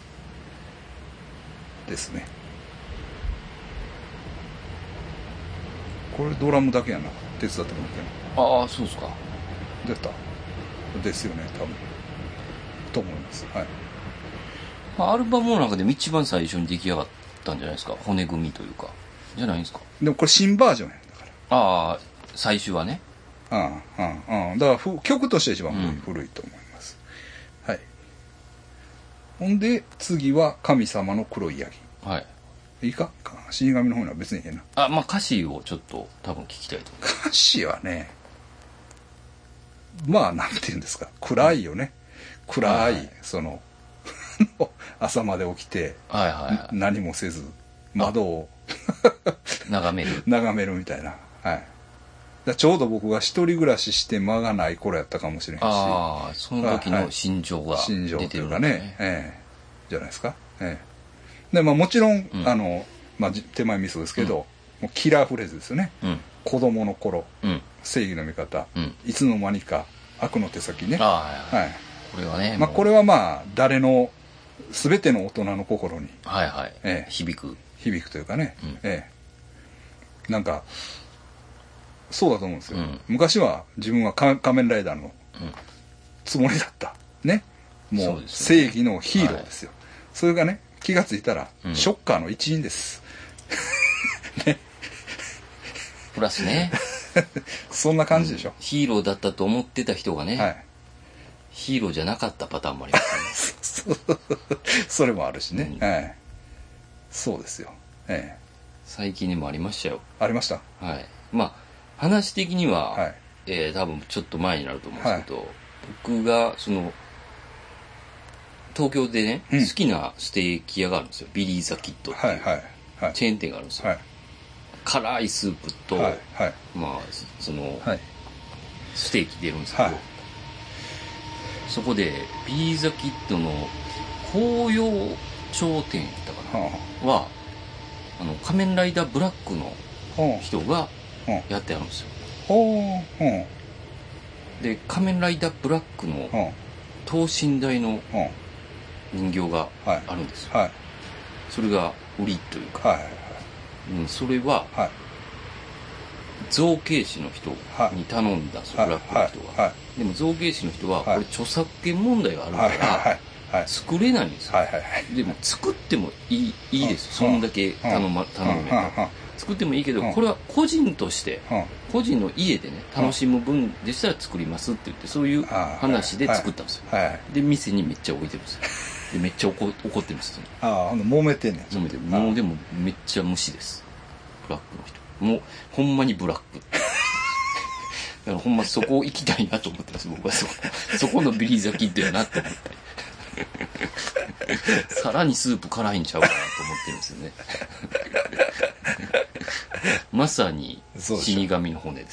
ですね。これドラムだけやな手伝ってもらってるああそうですか。 出たですよね多分と思います。はい。 アルバムの中でも一番最初に出来上がったんじゃないですか。骨組みというかじゃないですか。 でもこれ新バージョンやだから。 ああ最初はね。 うんうんうん。だからふ曲として一番古い、うん、古いと思います。はい。ほんで次は神様の黒いヤギ。 はい。 いいか死神の方には別にいいな。 あまあ歌詞をちょっと多分聞きたいと思います。 歌詞はねまあなんて言うんですか暗いよね。暗い、はいはい、その朝まで起きて、 はいはいはい、 何もせず窓を眺める眺めるみたいな、はい、だちょうど僕が一人暮らしして間がない頃やったかもしれんし、 ああその時の心情が出てるんですね、はい、心情というかね、ええ、じゃないですか、ええ、でまあもちろん、うん、あの、まあ、手前味噌ですけど、うん、もうキラーフレーズですよね、うん、子供の頃、うん、正義の味方、うん、いつの間にか悪の手先ね、 あはい、はい、これはね、 まあ、これはまあ誰の全ての大人の心に、 はいはいええ、響く響くというかね、うんええ、なんかそうだと思うんですよ、うん、昔は自分は仮面ライダーのつもりだったね、もう正義のヒーローですよ、はい、それがね気がついたら、うん、ショッカーの一員ですねプラスねそんな感じでしょ、うん、 ヒーローだったと思ってた人がね、はい、ヒーローじゃなかったパターンもありますねそれもあるしね、うんええ、そうですよ、ええ、 最近にもありましたよ。 ありました。 はいまあ話的には、はいえー、多分ちょっと前になると思うんですけど、はい、僕がその東京でね、うん、好きなステーキ屋があるんですよ。ビリー・ザ・キッドっていう、はいはいはい、チェーン店があるんですよ、はい、辛いスープと、はいはい、まあその、はい、ステーキ出るんですけど、はい、そこでビリー・ザ・キッドの紅葉頂点やったかな、はあ、はあの仮面ライダーブラックの人がやってあるんですよ、はあはあ、で仮面ライダーブラックの等身大の人形があるんですよ、はいはい、それが売りというか、はいはいはいうん、それは、はい、造形師の人に頼んだんですよ、はい、ブラックの人が、はいはい、でも造形師の人は、はい、これ著作権問題があるから、はいはいはい、作れないんですよ、はいはいはい、でも作ってもいい、いいです、うん、そんだけ頼ま、頼めたら、うん、作ってもいいけど、うん、これは個人として、うん、個人の家でね楽しむ分でしたら作りますって言ってそういう話で作ったんですよ、はいはい、で店にめっちゃ置いてるんですよでめっちゃ 怒, 怒ってるんですよ。 ああ揉めてんねん。 揉めてる。もうでもめっちゃ無視です。ブラックの人。もうほんまにブラック。だからほんまそこ行きたいなと思ってます。僕はそこそこのビリー・ザ・キッドやなって思って。さらにスープ辛いんちゃうかなと思ってるんですよね。まさに死神の骨です。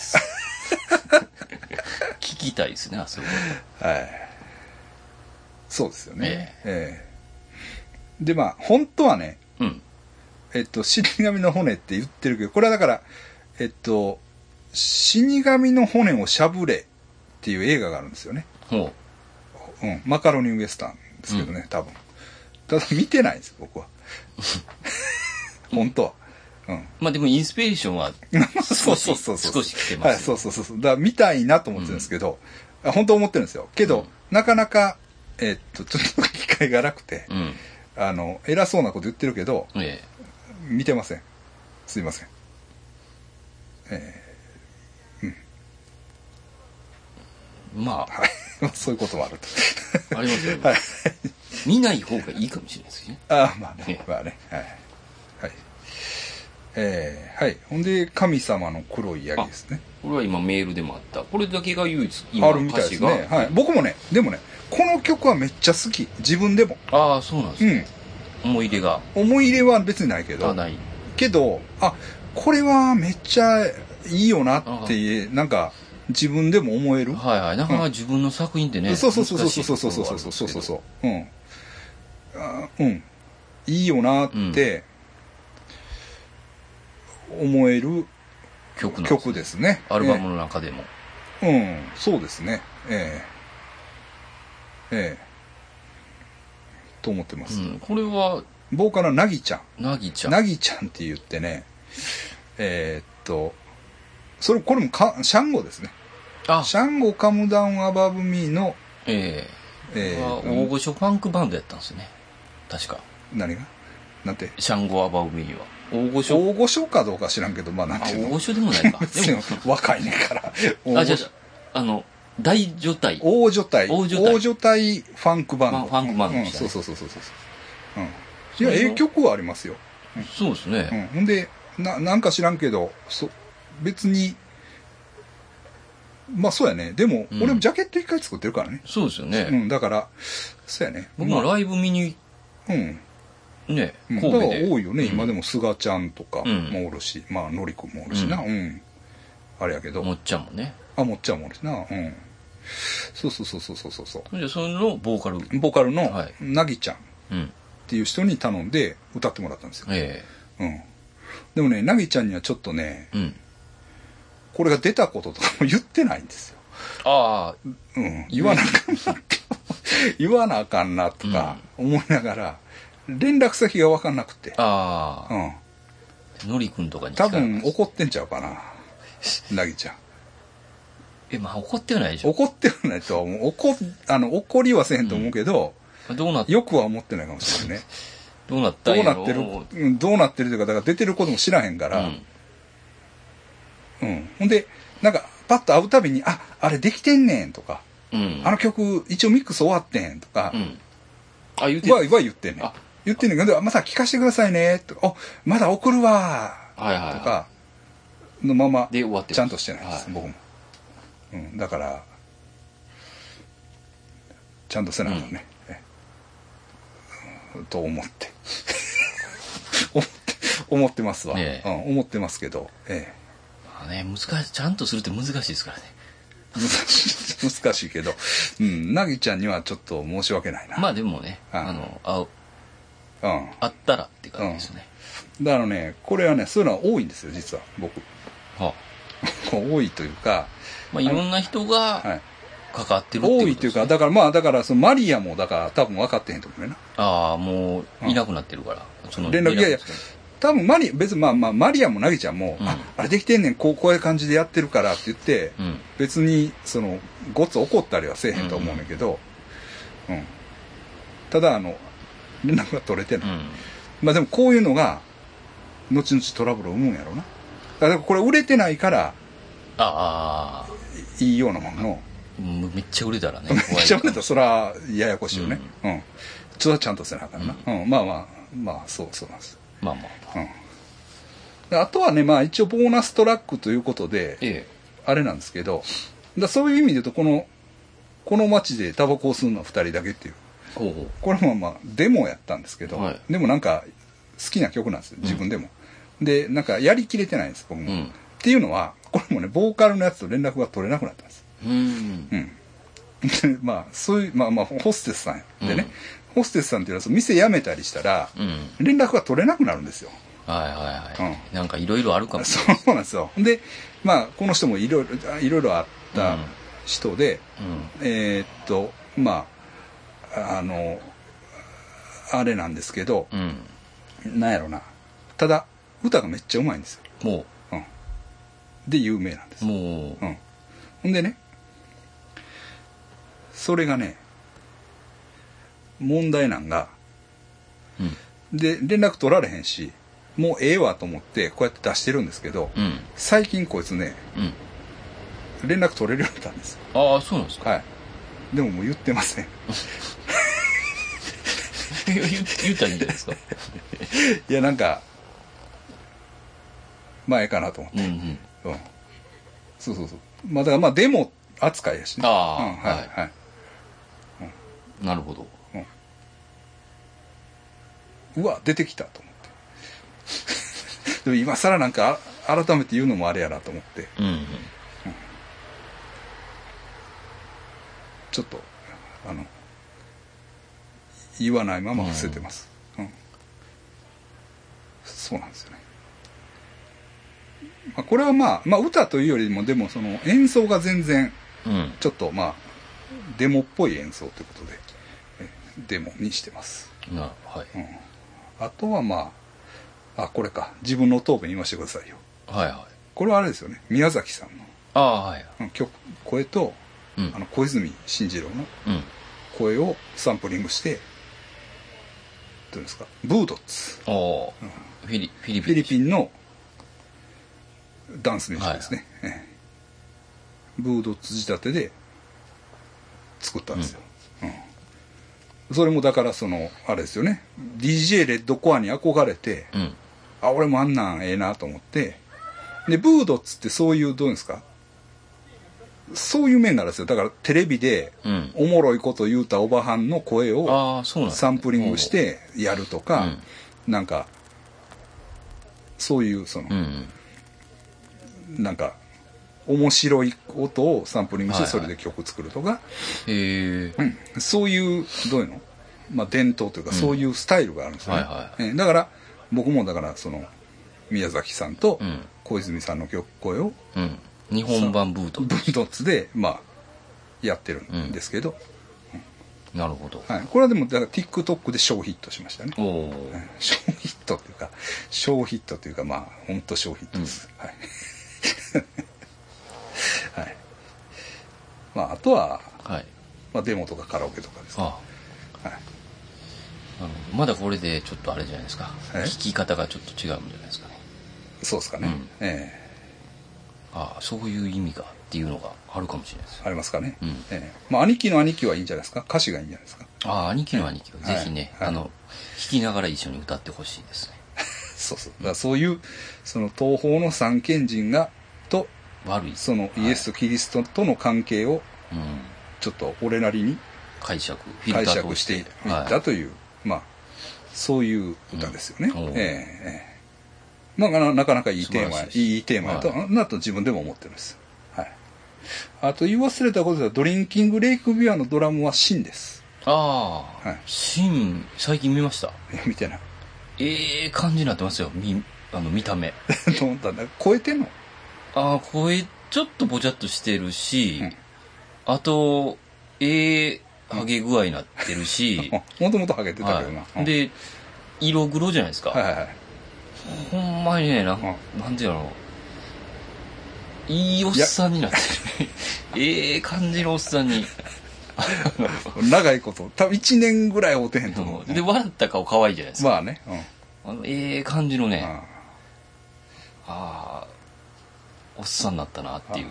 聞きたいですね、あそこ。はい。 そうですよね、えええー、でまあ本当はね、うん、えっと死神の骨って言ってるけどこれはだからえっと死神の骨をしゃぶれっていう映画があるんですよね、ほう、うん、マカロニウエスタンですけどね、うん、多分ただ見てないんです僕は本当は、うん、 まあでもインスピレーションは少し少し来てます、ね、はい、 そうそうそうそうだから見たいなと思ってるんですけど、うん、本当思ってるんですよけど、うん、なかなかえー、っとちょっと機会がなくて、うん、あの偉そうなこと言ってるけど、ええ、見てませんすいません、えー、 うんまあ、 はい、そういうこともあるとありますよね、はい、見ない方がいいかもしれないですねああまあね、ええ、まあねはいはいえー、はいほんで神様の黒いヤギですね。 これは今メールでもあったこれだけが唯一今あるみたいですね、はい、僕もねでもねこの曲はめっちゃ好き自分でも。 ああそうなんですね、うん、思い入れが思い入れは別にないけどあないけどあこれはめっちゃいいよなってなんか自分でも思える。 はいはいなかなか自分の作品ってね、 うん、そうそうそうそうそうそうそうそうそうそううんあうんいいよなって思える曲なんですね、 曲ですね。 アルバムの中でも。 えー、うん、そうですね。ええええと思ってます。 うん、これは、 ボーカルはなぎちゃん。 なぎちゃん。 なぎちゃんって言ってね、えー、っと、それ、これもか、シャンゴですね。 あ、 シャンゴカムダウンアバブミーの、 えええー、大御所ファンクバンドやったんですよね。確か。 何がなんてシャンゴアバブミーは。大御所。 大御所かどうか知らんけど、まあなんていうの。 大御所でもないか。 でも、若いねんから。 あ、じゃあ、あの、大所帯。 大所帯。 大所帯。 大所帯ファンクバンド。 ファンクバンドでしたね。 ね。 そうそうそうそうそう。うん。いや、ええ曲はありますよ。 うん、そうですね。 うん。ほんで、な、なんか知らんけど、そ、別に、まあそうやね。でも、うん、俺もジャケット一回作ってるからね。 そうですよね。 うん、だから、そうやね。 僕もライブ見に、 うん。 ね、 神戸で。だから多いよね、うん、今でも菅ちゃんとかもおるし、うん、まあ、のりくんもおるしな、うん、うん。あれやけど。 もっちゃんもね。 あ、もっちゃんもおるしな、うん。そうそうそうそうそうそう。 じゃあ、そのボーカル。 ボーカルの、なぎちゃんっていう人に頼んで歌ってもらったんですよ。 ええ。うん。でもね、なぎちゃんにはちょっとね、 うん、 これが出たこととかも言ってないんですよ。 ああ。 うん。言わなあかんな。言わなあかんなとか思いながら、連絡先が分かんなくて。 ああ。 うん。 のりくんとかに多分怒ってんちゃうかな。なぎちゃん。 え、まあ怒ってはないでしょ。 怒ってはないとは思う。怒、あの、怒りはせへんと思うけど、 うん、どうなっよくは思ってないかもしれないね。 どうなったんやろ。 どうなってる、どうなってるというか、だから出てることも知らへんから、うん。うん、ほんで、なんか、パッと会うたびに、あ、あれできてんねんとか、うん、あの曲、一応ミックス終わってんとか、うん、 あ、言ってん。は、は言ってんねん。言ってんねんけど、また聞かせてくださいね、とか、お、まだ送るわ、 はいはいはい、 とか、のまま、 で終わってちゃんとしてないです、 はい、 僕も。うん、だから、ちゃんとせなあかんね、うん、と思って。思って、思ってますわ、ねうん。思ってますけど、ええ。 まあね、難しい、ちゃんとするって難しいですからね。 難しい、難しいけど、うん、なぎちゃんにはちょっと申し訳ないな。 まあでもね、あ, あの、会う、うん。会ったらって感じですね、 うん。だからね、これはね、そういうのは多いんですよ、実は、僕。はあ、多いというか、 まあいろんな人が、はい。関わってるってことですね。多いというか、だからまあ、だから、そのマリアも、だから多分分かってへんと思うねんな。 ああ、もう、いなくなってるから。 うん、その連絡、いやいや、多分マリ、別にまあまあ、マリアもなぎちゃんも、うん、あ、あれできてんねん、こう、こういう感じでやってるからって言って、うん、別に、その、ごつ怒ったりはせえへんと思うねんけど、うん、うん。ただ、あの、連絡が取れてない。うん、まあでも、こういうのが、後々トラブルを生むんやろうな。だからこれ売れてないから、 ああ。 いいようなものの、 めっちゃ売れたらね。 めっちゃ売れたらそれはややこしいよね。うん。うん、ちょっとちゃんとせなあかんな。うん。うん、まあまあ、まあ、そうそうなんです。 まあまあ。 うん。あとはね、まあ一応ボーナストラックということで、 ええ、 あれなんですけど、だそういう意味で言うと、この、この街でタバコを吸うのは二人だけっていう。 ほうほう、 これもまあ、デモやったんですけど、はい、でもなんか、好きな曲なんですよ、自分でも。うん、で、なんか、やりきれてないんです、僕も。うん、っていうのは、これもね、ボーカルのやつと連絡が取れなくなったんです。 うん。 うん。まあ、そういう、まあまあ、ホステスさんでね、うん、ホステスさんっていうのは、店辞めたりしたら、うん、連絡が取れなくなるんですよ。 はいはいはい。うん、なんかいろいろあるかもしれない。そうなんですよ。で、まあ、この人もいろいろ、いろいろあった人で、うん、えー、っと、まあ、あの、あれなんですけど、うん、なんやろな。ただ、歌がめっちゃうまいんですよ。 もう。うん。で、有名なんです。 もう。 うん。ほんでね、それがね、問題なんが、うん、で、連絡取られへんし、もうええわと思って、こうやって出してるんですけど、うん、最近こいつね、うん、連絡取れるようになったんですよ。 ああ、そうなんですか。 はい。でももう言ってません。 言, 言ったらいいんじゃないですか。 いや、なんか、まあええかなと思って。うん、うんうん、そうそうそう。まあだからまあデモ扱いやしね。 ああ、 うん、はい、はい、はい、 うん。なるほど。 うん、うわ、出てきたと思って。でも今更なんか改めて言うのもあれやなと思って。うんうんうん、ちょっと、あの、言わないまま伏せてます。うんうん、そうなんですよね。 まあ、これはまあ、まあ歌というよりもでもその演奏が全然、ちょっとまあ、デモっぽい演奏ということで、デモにしてます。 なはい。 うん。あとはまあ、あ、これか。自分の答弁言わせてくださいよ。 はいはい。 これはあれですよね。宮崎さんの。 ああ、はい。 曲、声と、うん、あの、小泉進次郎の声をサンプリングして、どうですか。ブードッツ。 おうん、フィリ、フィリピン。 フィリピンのダンスミュージックですね。はい、ブードッツ仕立てで作ったんですよ。うんうん、それもだからその、あれですよね。ディージェー レッドコアに憧れて、うん、あ、俺もあんなんええなと思って、で、ブードッツってそういう、どうですか、そういう面なんですよ。だからテレビでおもろいこと言うたおばはんの声をサンプリングしてやるとか、なんか、そういうその、なんか、面白い音をサンプリングしてそれで曲作るとか、うん、そういう、どういうの、まあ伝統というかそういうスタイルがあるんですよね。だから僕もだからその宮崎さんと小泉さんの曲声を、 うん日本版ブートブートツでまあやってるんですけど、 うんうん、なるほど、 はい、これはでもだから TikTok で小ヒットしましたね。お小ヒットっていうか小ヒットというかまあ本当小ヒットです、うん、はい、はい、まああとは、はいまあ、デモとかカラオケとかですね。ああ、はい、 あのまだこれでちょっとあれじゃないですか、弾き方がちょっと違うんじゃないですかね。 そうですかね、うん、ええああそういう意味がっていうのがあるかもしれないです。 ありますかね、うんええまあ、兄貴の兄貴はいいんじゃないですか。歌詞がいいんじゃないですか。 ああ兄貴の兄貴は、ええ、ぜひね、はい、あの弾きながら一緒に歌ってほしいですねそうそうだからそういうその東方の三賢人がと悪いそのイエスとキリストとの関係をちょっと俺なりに解釈解釈していったという、はい、まあそういう歌ですよね、うん、ええまあ、なかなかいいテーマ、いいテーマだと、はい、なと自分でも思ってるんです。はい。あと言い忘れたことでは、ドリンキングレイクビアのドラムはシンです。 ああ、はい、シン、最近見ました。いや、見てない。 ええ感じになってますよ、み、あの、見た目。 どう思ったんだ超えてんの？ ああ、声、ちょっとぼちゃっとしてるし、うん、あと、ええハゲ具合になってるし。 もともとハゲてたけどな。 はい、で、色黒じゃないですか。 はいはいはい。 ほんまにね、な、うん、なんていうの、いいおっさんになってる。ええ感じのおっさんに。 長いこと、多分いちねんぐらい会うてへんと思う。 で、笑った顔可愛いじゃないですか。 まあね。 うん、あのええ感じのね、ああ、おっさんになったなっていう。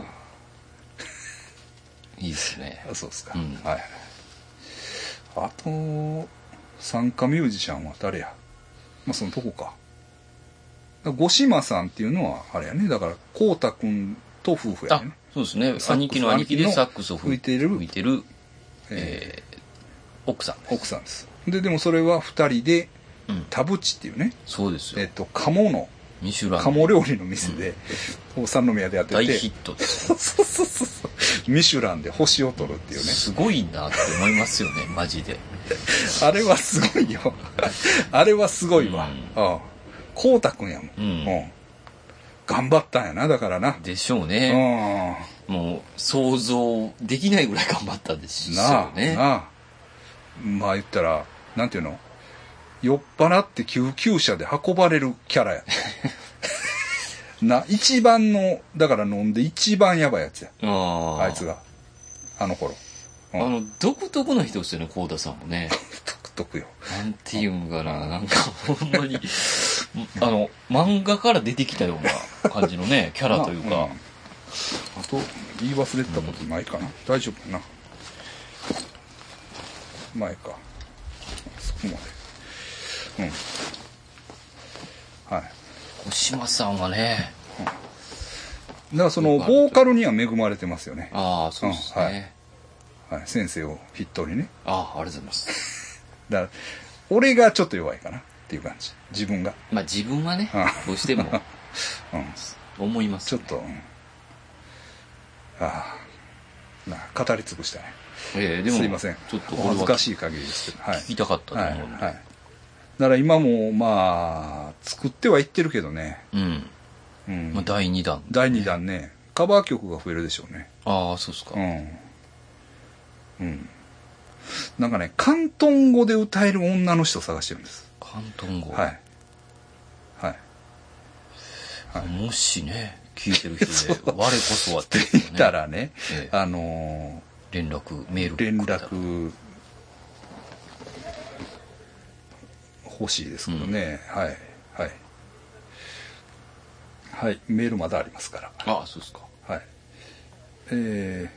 いいですね。 そうですか。うん、はい。あと、参加ミュージシャンは誰や？まあそのとこか。五島さんっていうのはあれやね。だから光太くんと夫婦やね。 そうですね。兄貴の兄貴でサックスを吹いてる吹いてる、 えー、奥さんです。奥さんです。ででもそれは二人で、うん、田淵っていうね。 そうですよ。 えっと鴨のミシュラン鴨料理の店で、うん、三宮でやってて大ヒットです。 そうそうそうそう。ミシュランで星を取るっていうね。 すごいなって思いますよね。マジで。 あれはすごいよ。あれはすごいわ。うん。ああ光太くんやもん、うんうん、頑張ったんやなだからなでしょうね、うん、もう想像できないぐらい頑張ったですよね。 なあなあまあ言ったらなんていうの酔っ払って救急車で運ばれるキャラやな一番のだから飲んで一番やばいやつや あ, あいつがあの頃、 うん、あの独特の人ですよね光太さんもね独特よなんていうんかななんかほんまにあの漫画から出てきたような感じのねキャラというか、うん、あと言い忘れてたことないかな、うん、大丈夫かな前かそこまでうんはい小島さんはね、 うん、だからそのボーカルには恵まれてますよね。 ああそうですね、 うん、はい、はい、先生を筆頭にね。 ああありがとうございますだから俺がちょっと弱いかなっていう感じ自分がまあ自分はねどうしても、うん、思います、 ね、ちょっと、うん、ああな語り尽くしたね、 えー、でもすいませんちょっとお恥ずかしい限りですけど、はい、 聞きたかったと思うんで、 はいはい、だから今もまあ作ってはいってるけどね、 うんうん、まあ、だいにだん、ね、 だいにだんね。カバー曲が増えるでしょうね。 ああ、そうですか。 うん。うん。なんかね、広東語で歌える女の人を探してるんです。 広東語。 はい。はい。 はい、もしね、聞いてる人で、我こそはって言ったらね、ええ、あのー、連絡、メール。 連絡、欲しいですけどね。うん、はい。はい。はい。メールまだありますから。 ああ、そうですか。 はい。え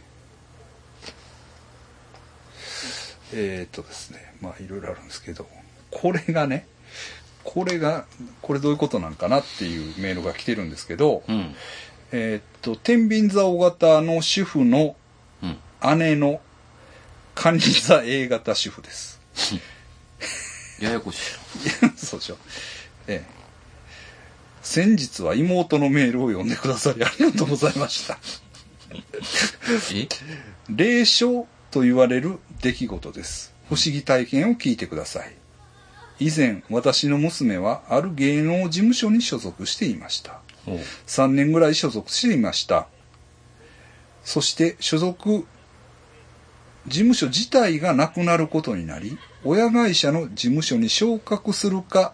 ー、えー、っとですね。まあ、いろいろあるんですけど、これがね、これが、これどういうことなんかなっていうメールが来てるんですけど、うん、えー、っと、天秤座 O 型の主婦の姉の蟹座 A 型主婦です。 ややこしい。そうでしょ。ええ。先日は妹のメールを読んでくださりありがとうございました。え霊障と言われる出来事です。不思議体験を聞いてください。以前、私の娘はある芸能事務所に所属していました。さんねんぐらい所属していました。そして所属事務所自体がなくなることになり、親会社の事務所に昇格するか、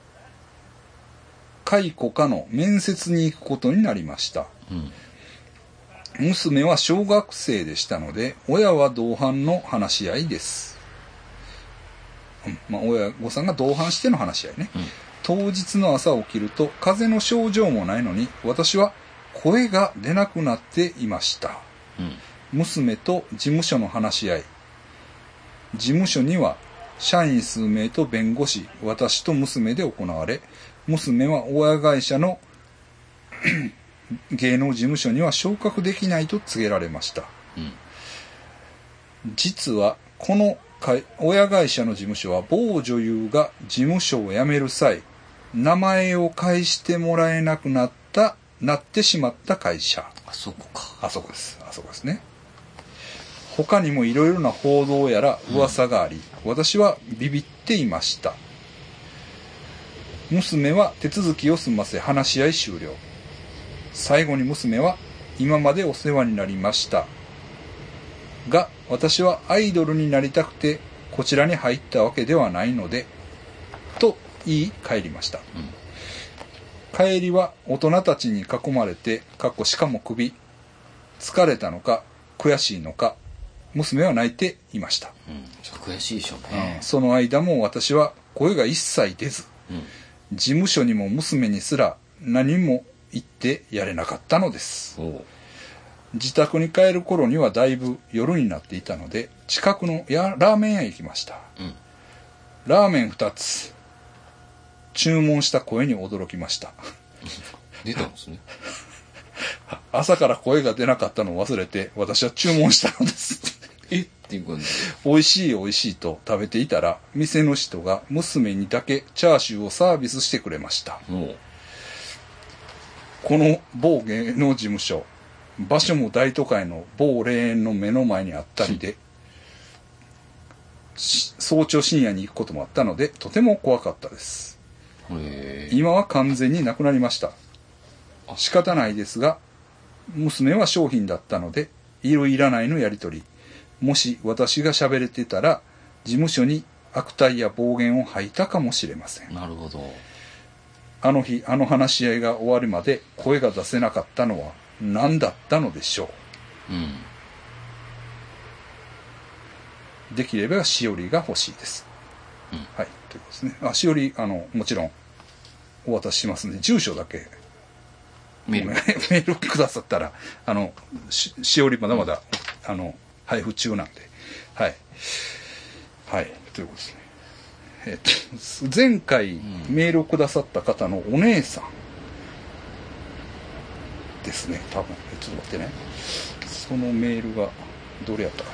解雇かの面接に行くことになりました。うん、娘は小学生でしたので、親は同伴の話し合いです。うん、まあ、親御さんが同伴しての話し合いね。うん、当日の朝起きると、風邪の症状もないのに、私は声が出なくなっていました。うん、娘と事務所の話し合い。事務所には社員数名と弁護士、私と娘で行われ、娘は親会社の芸能事務所には昇格できないと告げられました。うん、実はこの親会社の事務所は某女優が事務所を辞める際、名前を返してもらえなくなった、なってしまった会社。 あそこか。 あそこです。あそこですね。他にもいろいろな報道やら噂があり、うん、私はビビっていました。娘は手続きを済ませ話し合い終了。最後に娘は今までお世話になりましたが、私はアイドルになりたくてこちらに入ったわけではないのでと言い帰りました。うん、帰りは大人たちに囲まれて、かっこしかも首、疲れたのか悔しいのか娘は泣いていました。 うん、ちょっと悔しいでしょうね。 うん、その間も私は声が一切出ず、うん、事務所にも娘にすら何も言ってやれなかったのです。自宅に帰る頃にはだいぶ夜になっていたので、近くのやラーメン屋へ行きました。うん、ラーメンふたつ注文した声に驚きました。 出たんですね。 朝から声が出なかったのを忘れて私は注文したのです。 えっていう感じ。 美味しい美味しいと食べていたら、店の人が娘にだけチャーシューをサービスしてくれました。この某芸能事務所、場所も大都会の某霊園の目の前にあったりで、早朝深夜に行くこともあったので、とても怖かったです。今は完全になくなりました。仕方ないですが、娘は商品だったので、いるいらないのやりとり。もし私が喋れてたら、事務所に悪態や暴言を吐いたかもしれません。 なるほど。 あの日、あの話し合いが終わるまで声が出せなかったのは何だったのでしょう。うん、できればしおりが欲しいです。うん、はい、ということですね。あ、しおり、あの、もちろんお渡ししますので、住所だけメールメールくださったら、あの、し, しおりまだまだ、あの、配布中なんで、はい。はい、ということですね。えっと、前回メールをくださった方のお姉さんですね、多分。ちょっと待ってね。そのメールが、どれやったか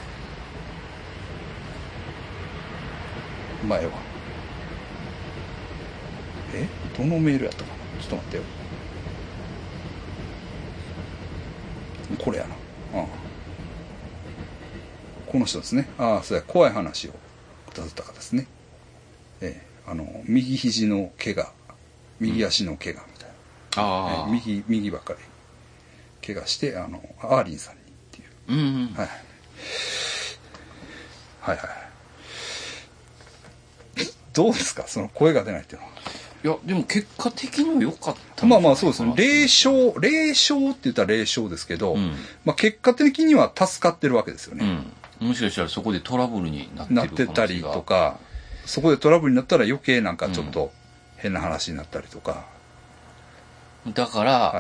な。前は。えどのメールやったかな。ちょっと待ってよ。これやな。ああ、この人ですね。ああ、そうや、怖い話をくださった方ですね。ええ、あの、右肘の怪我、右足の怪我みたいあえ右右ばっかり怪我してあのアーリンさんにっていう、 うんうん、 はい、はいはいどうですかその声が出ないっていうのは。 いやでも結果的には良かったまあまあそうですね。霊障霊障って言ったら霊障ですけど、うん、まあ結果的には助かってるわけですよね、 うん、もしかしたらそこでトラブルになってるなってたりとか、そこでトラブルになったら余計なんかちょっと変な話になったりとか、 うん、だから、はい、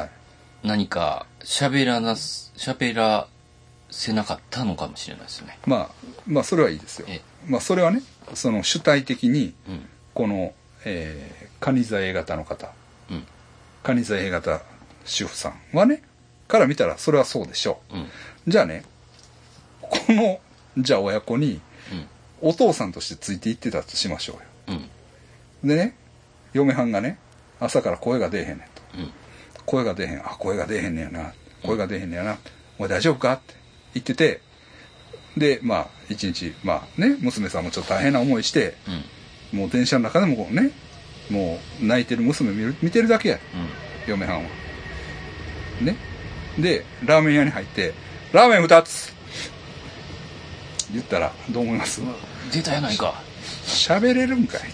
何か喋らな喋らせなかったのかもしれないですね。 まあまあそれはいいですよ。まあそれはねその主体的にこの、うんえー、カニ座 A 型の方、うん、カニ座 A 型主婦さんはねから見たらそれはそうでしょう、うん、じゃあねこのじゃあ親子にお父さんとしてついていってたとしましょうよ、うん、でね嫁はんがね朝から声が出えへんねんと、うん、声が出えへんあ声が出えへんねやな声が出えへんねやな、うん、お前大丈夫かって言っててでまあ一日まあね娘さんもちょっと大変な思いして、うん、もう電車の中でもこうねもう泣いてる娘見る見てるだけや、うん、嫁はんはねでラーメン屋に入ってラーメンふたつ言ったらどう思います？ 出たやないか喋れるんかい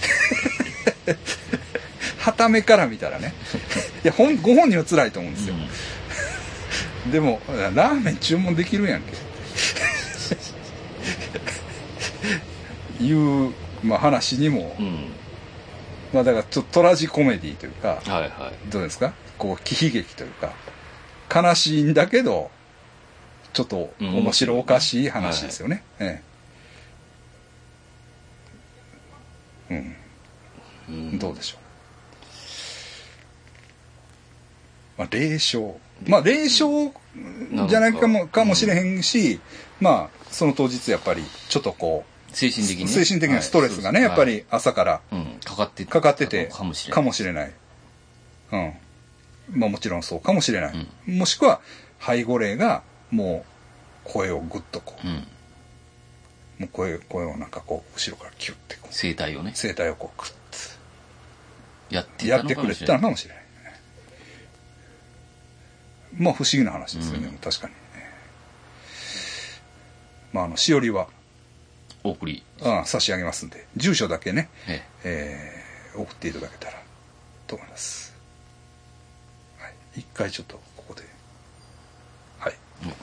はためから見たらねいやほんご本人は辛いと思うんですよ、うん、でもラーメン注文できるやんけいう、まあ、話にも、うん、まあだからちょっとトラジコメディというか、 はいはい、 どうですかこう喜悲劇というか悲しいんだけどちょっと面白おかしい話ですよね、うんはいええうん、どうでしょう、まあ、霊障まあ霊障じゃないかもかもしれへんし、うん、まあその当日やっぱりちょっとこう精神的に、ね、 精神的なストレスがね、はい、やっぱり朝から、 うん、かかってかかっててかもしれないかもしれない、うんまあもちろんそうかもしれない、うん、もしくは背後霊がもう声をグッとこう、うん、もう声声をなんかこう後ろからキュッてこう声帯をね声帯をこうグッとやってやってくれてたのかもしれない、ね、まあ不思議な話ですよね、うん、確かに、ね、まああのしおりはお送りああ差し上げますんで住所だけね、えええー、送っていただけたらと思います、はい、一回ちょっと